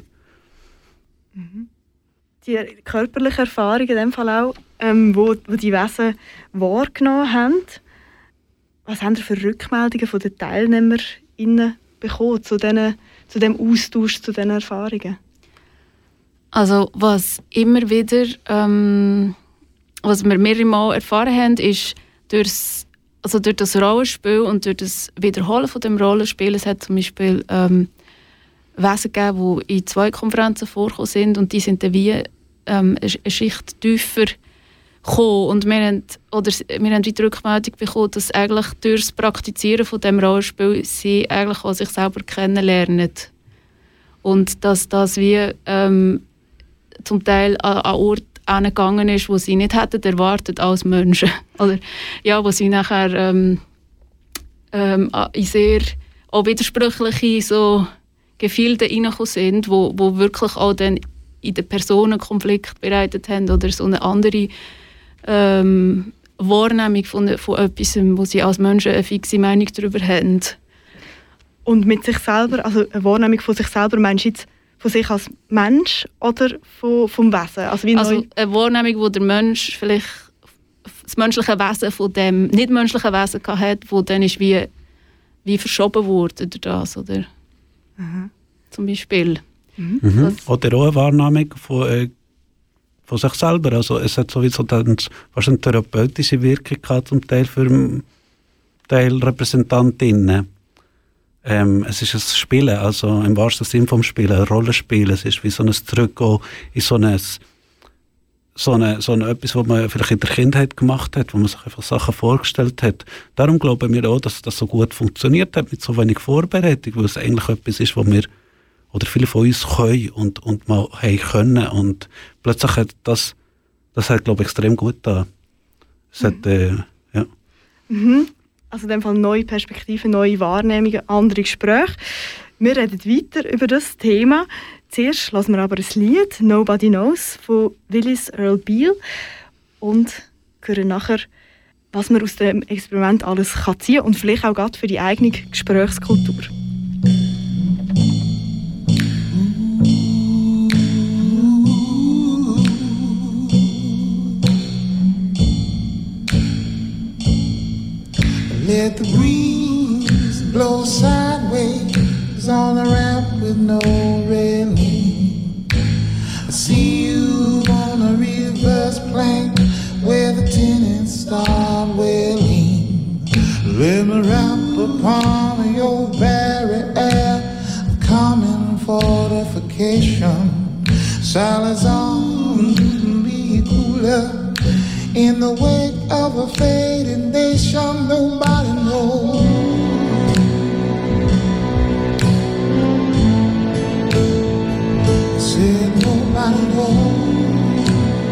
Mhm. Die körperliche Erfahrung in dem Fall auch, ähm, wo, wo die Wesen wahrgenommen haben. Was haben Sie für Rückmeldungen von den TeilnehmerInnen bekommen zu, diesen, zu dem Austausch, zu diesen Erfahrungen? Also was immer wieder, ähm, was wir mehrere Mal erfahren haben, ist durchs, also durch das Rollenspiel und durch das Wiederholen von dem Rollenspiel. Es hat zum Beispiel ähm, Wesen gegeben, die in zwei Konferenzen vorgekommen sind und die sind dann wie ähm, eine Schicht tiefer gekommen. Und wir haben, oder wir haben die Rückmeldung bekommen, dass eigentlich durch das Praktizieren von dem Rollenspiel sie eigentlich auch sich selber kennenlernen. Und dass das wie ähm, zum Teil an, an Ort hingegangen ist, wo sie nicht hätten erwartet als Menschen. Oder ja, wo sie nachher ähm, ähm, in sehr auch widersprüchliche so Gefilde reingekommen sind, wo, wo wirklich auch dann in den Personen Konflikt bereitet haben oder so eine andere ähm, Wahrnehmung von, von etwas, wo sie als Menschen eine fixe Meinung darüber haben. Und mit sich selber, also eine Wahrnehmung von sich selber, meinst du jetzt von sich als Mensch oder von, vom Wesen? Also, wie also eine Wahrnehmung, wo der Mensch vielleicht das menschliche Wesen von dem nicht-menschlichen Wesen hatte, wo dann ist wie, wie verschoben wurde durch das, oder? Mhm. Zum Beispiel. Mhm. Mhm. Oder auch eine Wahrnehmung von, äh, von sich selber. Also es hat sowieso dann fast eine therapeutische Wirkung gehabt, zum Teil für Teil Repräsentantinnen. Ähm, es ist ein Spielen, also im wahrsten Sinn vom Spielen, ein Rollenspiel. Es ist wie so ein Zurückgehen in so ein, so eine, so eine etwas, was man vielleicht in der Kindheit gemacht hat, wo man sich einfach Sachen vorgestellt hat. Darum glauben wir auch, dass das so gut funktioniert hat, mit so wenig Vorbereitung, weil es eigentlich etwas ist, was wir, oder viele von uns können und, und mal haben können. Und plötzlich hat das, das hat, glaube ich, extrem gut getan. Es mhm. hat, äh, ja. Mhm. Also in dem Fall neue Perspektiven, neue Wahrnehmungen, andere Gespräche. Wir reden weiter über das Thema. Zuerst hören wir aber ein Lied, «Nobody Knows» von Willis Earl Beal und hören nachher, was man aus dem Experiment alles kann ziehen und vielleicht auch gerade für die eigene Gesprächskultur. Let the breeze blow sideways on a ramp with no railing. I see you on a reverse plank where the tenants start wailing. Let me wrap upon your barrier of common fortification. Salads on, be cooler. In the wake of a fading nation, nobody knows. I said nobody knows.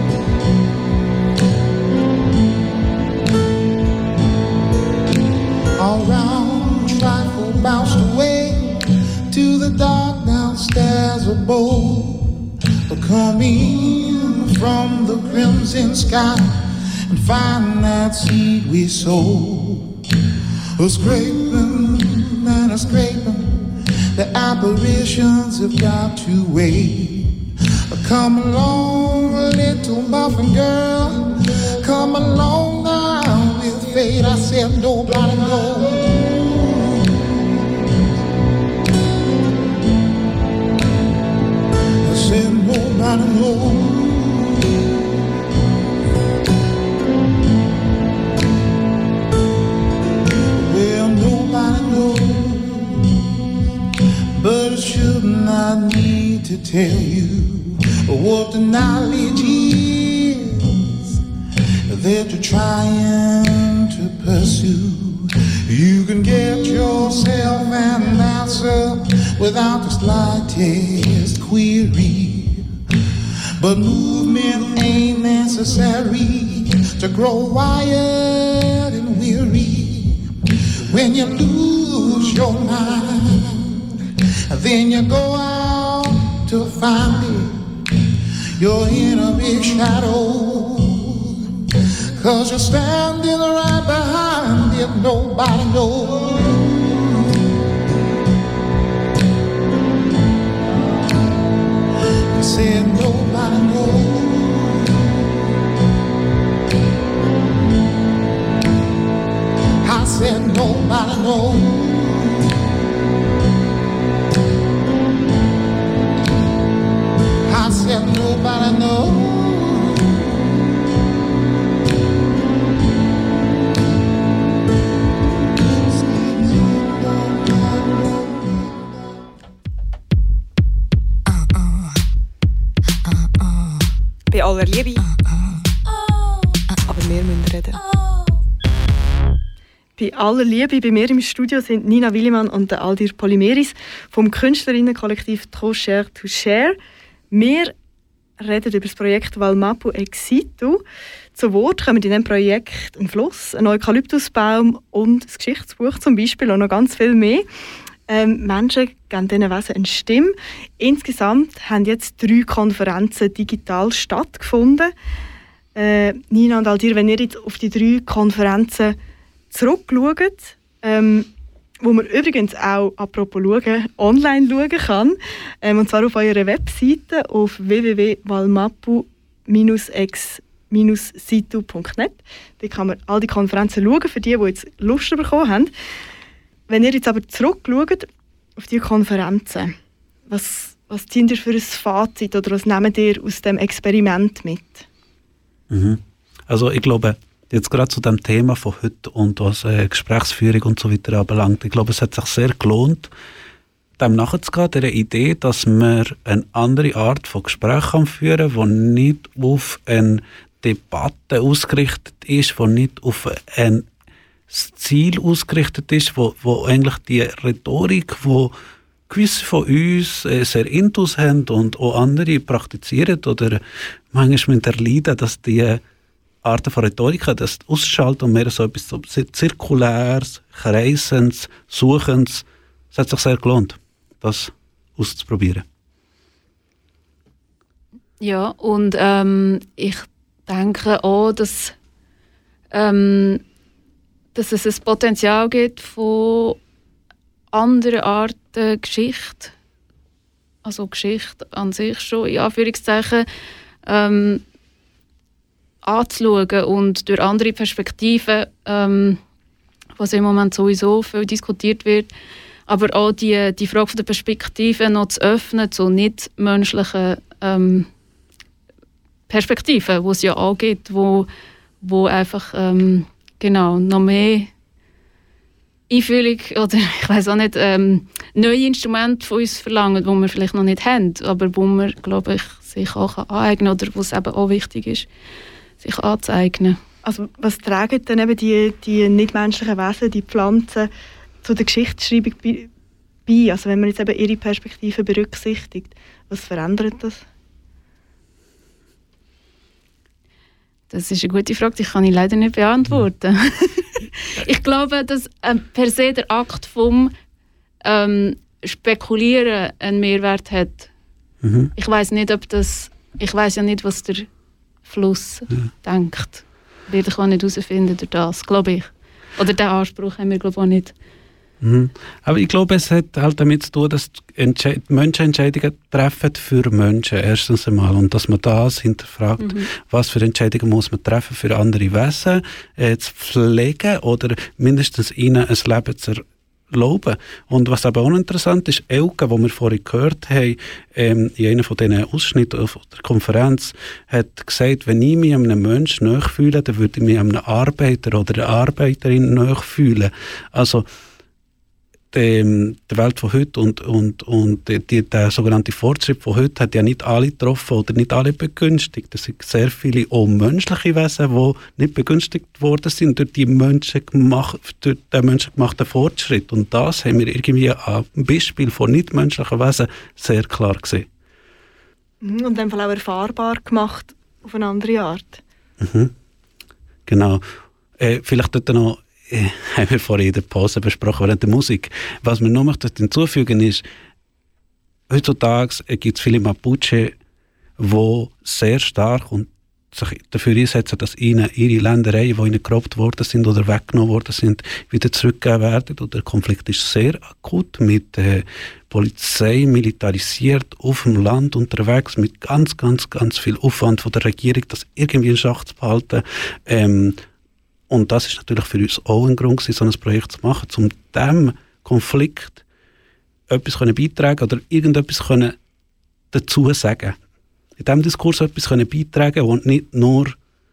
All round, trifle bounced away to the dark downstairs abode. But coming from the crimson sky and find that seed we sowed. A scraping and a scraping, the apparitions have got to wait. Come along, little muffin girl, come along now with fate, I said nobody knows. I said nobody knows. Well, nobody knows, but I should not need to tell you what the knowledge is that you're trying to pursue. You can get yourself an answer without the slightest query, but movement ain't necessary to grow wired and weary. When you lose your mind, then you go out to find it. You're in a big shadow, 'cause you're standing right behind it. Nobody knows. I said nobody knows. I said nobody knows. I said nobody knows. Bei aller Liebe, aber wir müssen reden. Bei aller Liebe, bei mir im Studio sind Nina Willimann und Aldir Polymeris vom Künstlerinnenkollektiv Trop Cher to Share. Wir reden über das Projekt Walmapu Exitu. Zu Wort kommen in diesem Projekt ein Fluss, ein Eukalyptusbaum und ein Geschichtsbuch zum Beispiel und noch ganz viel mehr. Ähm, Menschen geben diesen Wesen eine Stimme. Insgesamt haben jetzt drei Konferenzen digital stattgefunden. Äh, Nina und Aldir, wenn ihr jetzt auf die drei Konferenzen zurückschaut, ähm, wo man übrigens auch, apropos schauen, online schauen kann, ähm, und zwar auf eurer Webseite auf w w w punkt walmapu ex situ punkt net. Da kann man all die Konferenzen schauen, für die, die jetzt Lust bekommen haben. Wenn ihr jetzt aber zurückschaut auf die Konferenzen, was, was zieht ihr für ein Fazit oder was nehmt ihr aus dem Experiment mit? Mhm. Also ich glaube, jetzt gerade zu dem Thema von heute und was äh, Gesprächsführung und so weiter anbelangt, ich glaube, es hat sich sehr gelohnt, dem nachzugehen, der Idee, dass man eine andere Art von Gespräch kann führen kann, die nicht auf eine Debatte ausgerichtet ist, die nicht auf ein Ziel ausgerichtet ist, wo, wo eigentlich die Rhetorik, wo gewisse von uns äh, sehr intus haben und auch andere praktizieren oder manchmal mit erleiden, dass die Arten von Rhetorik das ausschalten und mehr so etwas so Zirkuläres, Kreisens, Suchens. Es hat sich sehr gelohnt, das auszuprobieren. Ja, und ähm, ich denke auch, dass, ähm, dass es ein Potenzial gibt von anderen Arten Geschichte, also Geschichte an sich schon, in Anführungszeichen, ähm, anzuschauen und durch andere Perspektiven, ähm, was im Moment sowieso viel diskutiert wird, aber auch die, die Frage der Perspektiven noch zu öffnen zu nicht menschlichen ähm, Perspektiven, die es ja auch gibt, wo, wo einfach ähm, genau, noch mehr Einfühlung oder ich weiß auch nicht, ähm, neue Instrumente von uns verlangen, die wir vielleicht noch nicht haben, aber wo man, glaube ich, sich auch aneignen kann oder wo es eben auch wichtig ist, sich anzueignen. Also was tragen dann eben die, die nichtmenschlichen Wesen, die Pflanzen, zu der Geschichtsschreibung bei? Also wenn man jetzt eben ihre Perspektive berücksichtigt, was verändert das? Das ist eine gute Frage, die kann ich leider nicht beantworten. Ich glaube, dass äh, per se der Akt vom ähm, Spekulieren einen Mehrwert hat. Mhm. Ich weiß nicht, ob das, ich weiß ja nicht, was der Fluss ja. denkt. Werde ich auch nicht herausfinden durch das, glaube ich. Oder diesen Anspruch haben wir, glaube ich, auch nicht. Mhm. Aber ich glaube, es hat halt damit zu tun, dass die Entsche- Menschen Entscheidungen treffen für Menschen, erstens einmal. Und dass man das hinterfragt, mhm. was für Entscheidungen muss man treffen für andere Wesen, äh, zu pflegen oder mindestens ihnen ein Leben zu erlauben. Und was aber auch interessant ist, Elke, die wir vorhin gehört haben, ähm, in einem von diesen Ausschnitten auf der Konferenz, hat gesagt, wenn ich mich einem Menschen nachfühle, dann würde ich mich einem Arbeiter oder einer Arbeiterin nachfühlen. Also Die, die Welt von heute und, und, und die, die, der sogenannte Fortschritt von heute hat ja nicht alle getroffen oder nicht alle begünstigt. Es sind sehr viele auch menschliche Wesen, die nicht begünstigt worden sind durch, die Menschen gemacht, durch den menschengemachten Fortschritt. Und das haben wir irgendwie am Beispiel von nichtmenschlichen Wesen sehr klar gesehen. Und in dem Fall auch erfahrbar gemacht auf eine andere Art. Mhm. Genau. Äh, vielleicht dort noch haben wir vorhin in der Pause besprochen, während der Musik. Was wir noch möchten hinzufügen ist, heutzutage gibt es viele Mapuche, die sehr stark und sich dafür einsetzen, dass ihnen ihre Ländereien, die ihnen geraubt worden sind oder weggenommen worden sind, wieder zurückgegeben werden. Und der Konflikt ist sehr akut mit äh, Polizei militarisiert auf dem Land unterwegs, mit ganz, ganz, ganz viel Aufwand von der Regierung, das irgendwie in Schach zu behalten. Ähm, Und das ist natürlich für uns auch ein Grund, so ein Projekt zu machen, um diesem Konflikt etwas beitragen oder irgendetwas dazu sagen. In diesem Diskurs etwas beitragen und nicht nur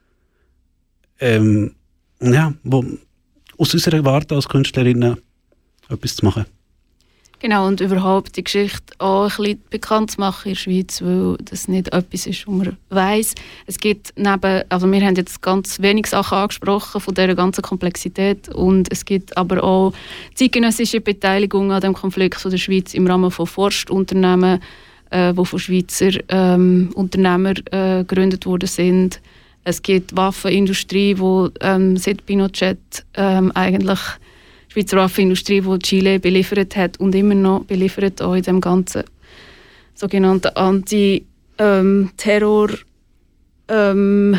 ähm, ja, wo, aus unserer Warte als Künstlerinnen etwas zu machen. Genau, und überhaupt die Geschichte auch ein bisschen bekannt zu machen in der Schweiz, weil das nicht etwas ist, was man weiss. Es gibt neben, also wir haben jetzt ganz wenig Sachen angesprochen von dieser ganzen Komplexität und es gibt aber auch zeitgenössische Beteiligung an dem Konflikt von der Schweiz im Rahmen von Forstunternehmen, äh, die von Schweizer ähm, Unternehmern äh, gegründet worden sind. Es gibt Waffenindustrie, die ähm, seit Pinochet ähm, eigentlich die Schweizer Waffenindustrie, die Chile beliefert hat und immer noch beliefert, auch in dem ganzen sogenannten Anti-Terror, ähm,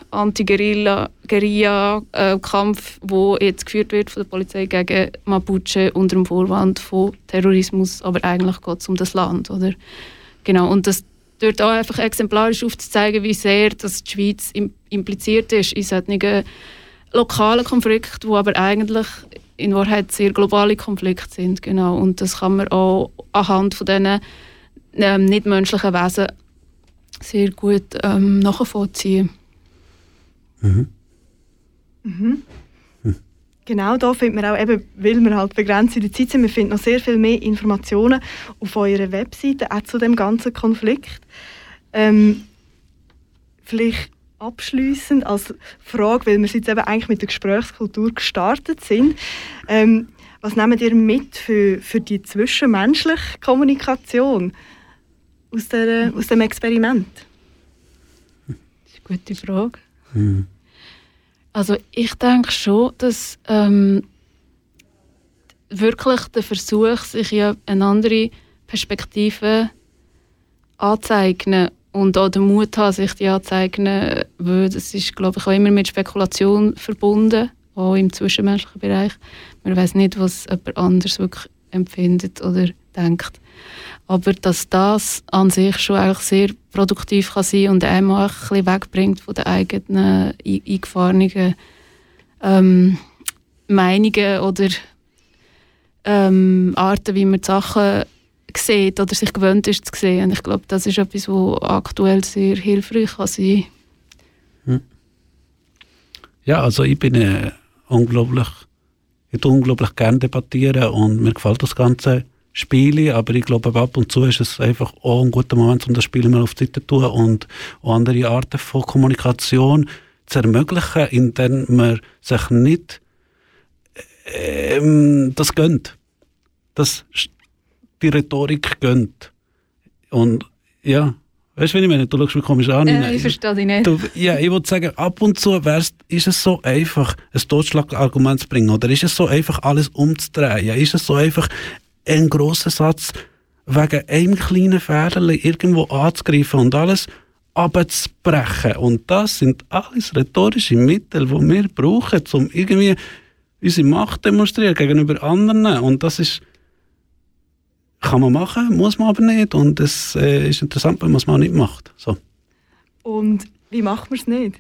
Anti-Guerilla-Kampf, der jetzt geführt wird von der Polizei gegen Mapuche unter dem Vorwand von Terrorismus, aber eigentlich geht es um das Land, oder? Genau, und das dort auch einfach exemplarisch aufzuzeigen, wie sehr dass die Schweiz impliziert ist in solchen lokalen Konflikten, die aber eigentlich in Wahrheit sehr globale Konflikte sind. Genau. Und das kann man auch anhand von diesen ähm, nichtmenschlichen Wesen sehr gut ähm, nachvollziehen. Mhm. Mhm. Mhm. Genau, da findet man auch, eben, weil wir halt begrenzt in der Zeit sind, wir finden noch sehr viel mehr Informationen auf eurer Webseite, auch zu dem ganzen Konflikt. Ähm, vielleicht abschliessend als Frage, weil wir jetzt eben eigentlich mit der Gesprächskultur gestartet sind. Ähm, was nehmt ihr mit für, für die zwischenmenschliche Kommunikation aus, der, aus dem Experiment? Das ist eine gute Frage. Mhm. Also ich denke schon, dass ähm, wirklich der Versuch, sich ja eine andere Perspektive anzueignen und auch den Mut haben, sich die anzueignen, weil das ist, glaube ich, auch immer mit Spekulation verbunden, auch im zwischenmenschlichen Bereich. Man weiß nicht, was jemand anderes wirklich empfindet oder denkt. Aber dass das an sich schon eigentlich sehr produktiv kann sein und einem auch ein bisschen wegbringt von den eigenen eingefahrenen ähm, Meinungen oder ähm, Arten, wie man die Sachen sieht oder sich gewöhnt ist zu sehen. Und ich glaube, das ist etwas, was aktuell sehr hilfreich kann sein kann. Ja, also ich bin äh, unglaublich, ich tue unglaublich gerne debattieren und mir gefällt das ganze Spiel, aber ich glaube, ab und zu ist es einfach auch ein guter Moment, um das Spiel mal auf die Seite zu tun und andere Arten von Kommunikation zu ermöglichen, indem man sich nicht ähm, das gönnt. Das die Rhetorik gönnt. Und ja, weißt du, wenn ich meine, du schaust mich komisch an. Äh, ich verstehe dich nicht. Du, ja, ich würde sagen, ab und zu wär's, ist es so einfach, ein Totschlagargument zu bringen, oder ist es so einfach, alles umzudrehen? Ist es so einfach, einen grossen Satz wegen einem kleinen Fehler irgendwo anzugreifen und alles abzubrechen? Und das sind alles rhetorische Mittel, die wir brauchen, um irgendwie unsere Macht demonstrieren gegenüber anderen. Und das ist, kann man machen, muss man aber nicht. Und es äh, ist interessant, wenn man es mal nicht macht. So. Und wie macht man es nicht?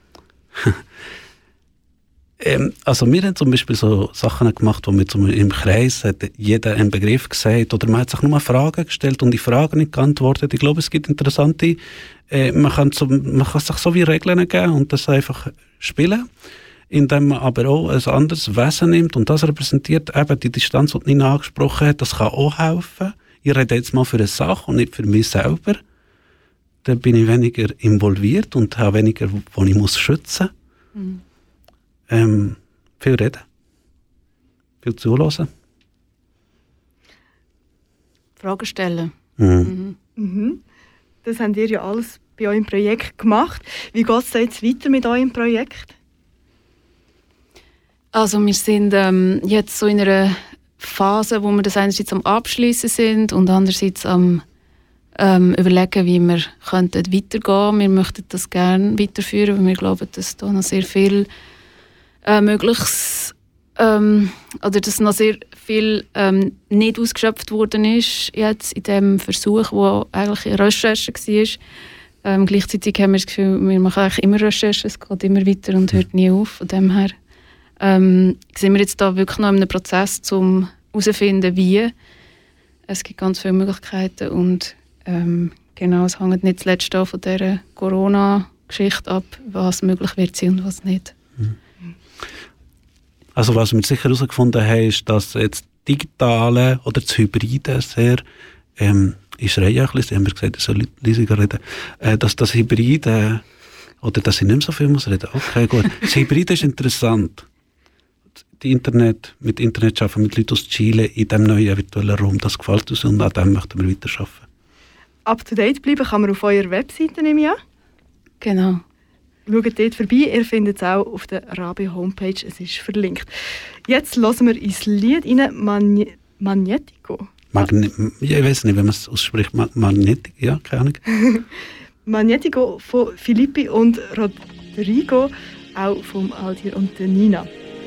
ähm, also wir haben zum Beispiel so Sachen gemacht, wo wir zum im Kreis hat jeder einen Begriff gesagt oder man hat sich nur Fragen gestellt und die Fragen nicht geantwortet. Ich glaube, es gibt interessante, äh, man, kann so, man kann sich so wie Regeln geben und das einfach spielen, indem man aber auch ein anderes Wesen nimmt und das repräsentiert eben die Distanz, die Nina angesprochen hat, das kann auch helfen. Ich rede jetzt mal für eine Sache und nicht für mich selber. Dann bin ich weniger involviert und habe weniger, wo ich muss schützen muss. Mhm. Ähm, viel reden. Viel zuhören. Fragen stellen. Mhm. Mhm. Mhm. Das habt ihr ja alles bei eurem Projekt gemacht. Wie geht es jetzt weiter mit eurem Projekt? Also wir sind ähm, jetzt so in einer Phase, wo wir das einerseits am Abschließen sind und andererseits am ähm, überlegen, wie wir könnten weitergehen. Wir möchten das gerne weiterführen, weil wir glauben, dass da noch sehr viel äh, mögliches ähm, oder dass noch sehr viel ähm, nicht ausgeschöpft worden ist jetzt in dem Versuch, wo eigentlich eine Recherche war. Ähm, gleichzeitig haben wir das Gefühl, wir machen eigentlich immer Recherche, es geht immer weiter und hört nie auf. Von dem her ähm, sind wir jetzt da wirklich noch in einem Prozess, um herauszufinden, wie. Es gibt ganz viele Möglichkeiten und ähm, genau, es hängt nicht zuletzt auch von dieser Corona-Geschichte ab, was möglich wird sein und was nicht. Also was wir sicher herausgefunden haben, ist, dass jetzt Digitale oder das Hybride sehr, ähm, ich schreie ein bisschen, sie haben mir gesagt, ich soll leisiger reden, äh, dass das Hybride, oder dass ich nicht mehr so viel muss reden, okay, gut. Das Hybride ist interessant. Die Internet, mit Internet arbeiten, mit Leuten aus Chile in diesem neuen virtuellen Raum, das gefällt uns und an dem möchten wir weiterarbeiten. Up to date bleiben kann man auf eurer Webseite, nehme ich an. Genau. Schaut dort vorbei, ihr findet es auch auf der Rabio Homepage, es ist verlinkt. Jetzt hören wir ins Lied rein, Magn- Magnetico. Magne- ja, ich weiß nicht, wie man es ausspricht, Ma- Magnetic, ja, keine Ahnung. Magnetico von Filippi und Rodrigo, auch vom Aldir und der Nina.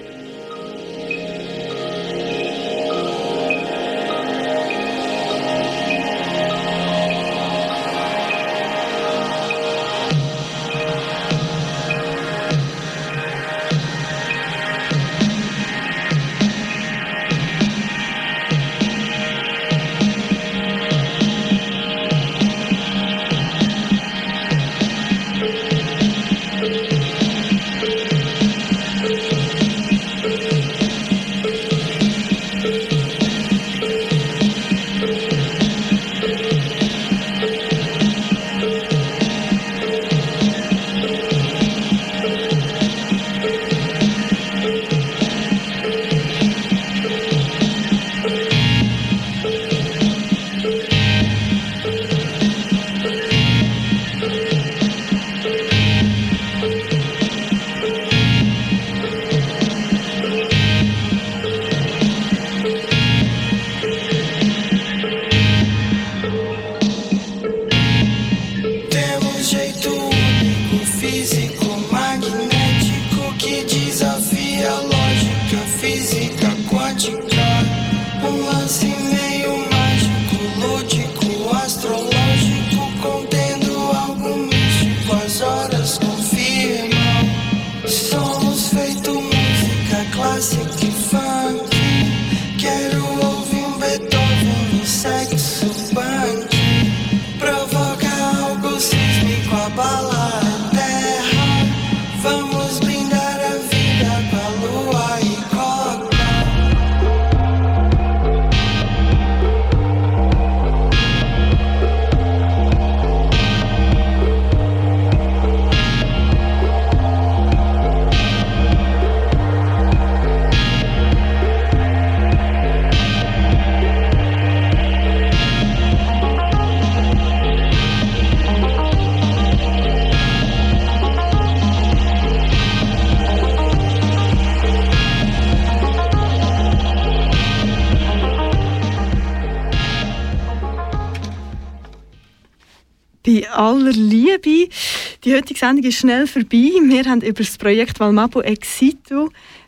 Bei aller Liebe, die heutige Sendung ist schnell vorbei. Wir haben über das Projekt Valmapo Exito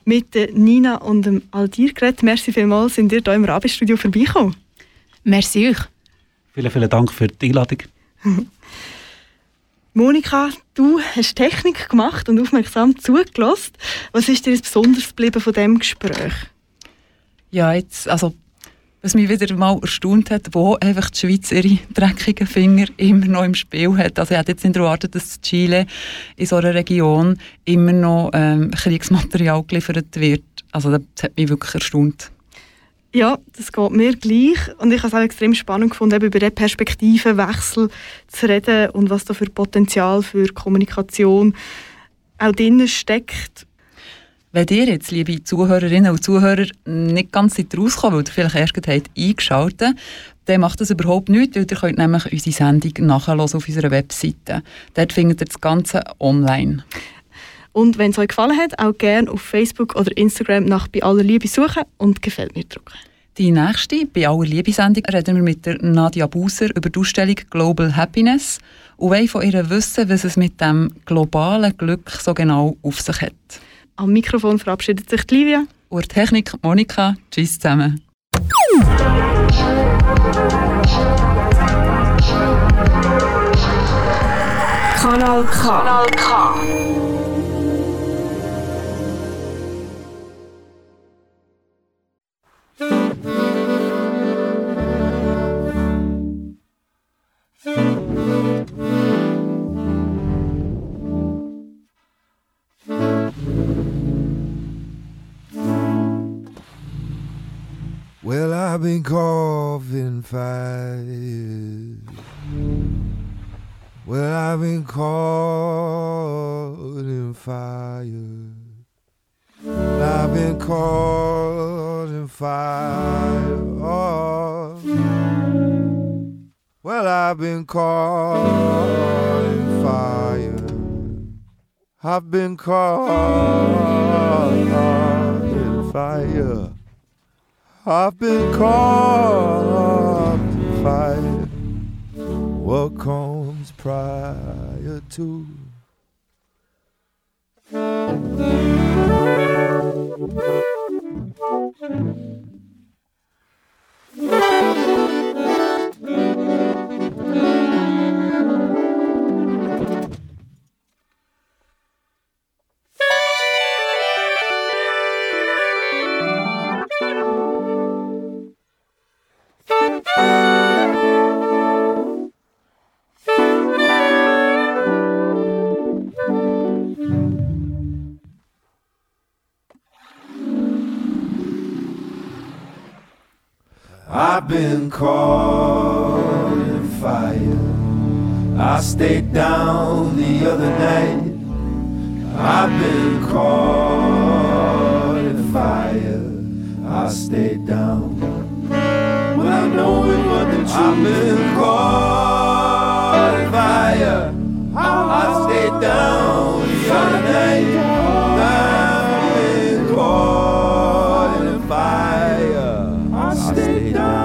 mit Nina und dem Aldir geredet. Merci vielmals, sind ihr hier im Rabe-Studio vorbeigekommen. Merci euch. Vielen, vielen Dank für die Einladung. Monika, du hast Technik gemacht und aufmerksam zugelassen. Was ist dir jetzt besonders geblieben von diesem Gespräch? Ja, jetzt, also, was mich wieder mal erstaunt hat, wo einfach die Schweiz ihre dreckigen Finger immer noch im Spiel hat. Also ich hätte jetzt nicht erwartet, dass Chile in so einer Region immer noch ähm, Kriegsmaterial geliefert wird. Also das hat mich wirklich erstaunt. Ja, das geht mir gleich. Und ich habe es auch extrem spannend gefunden, eben über den Perspektivenwechsel zu reden und was da für Potenzial für Kommunikation auch drin steckt. Wenn ihr jetzt, liebe Zuhörerinnen und Zuhörer, nicht ganz rauskommen, weil ihr vielleicht erst gerade eingeschaltet habt, dann macht das überhaupt nichts, weil ihr könnt nämlich unsere Sendung nachhören auf unserer Webseite. Dort findet ihr das Ganze online. Und wenn es euch gefallen hat, auch gerne auf Facebook oder Instagram nach «Bei aller Liebe» suchen und «Gefällt mir» drücken. Die nächste «Bei aller Liebe»-Sendung reden wir mit der Nadia Buser über die Ausstellung «Global Happiness» und wollen von ihr wissen, was es mit dem globalen Glück so genau auf sich hat. Am Mikrofon verabschiedet sich Livia. Und die Technik Monika. Tschüss zusammen. Kanal K. Kanal K. Well, I've been caught in fire. Well, I've been caught in fire. I've been caught in fire. Oh. Well, I've been caught in fire. I've been caught in fire. I've been caught in fire. What comes prior to? I've been caught in fire. I stayed down the other night. I've been caught in fire. I stayed down without knowing what the truth. I've been caught in fire. I stayed down the other night. I've been caught in fire. I stayed down.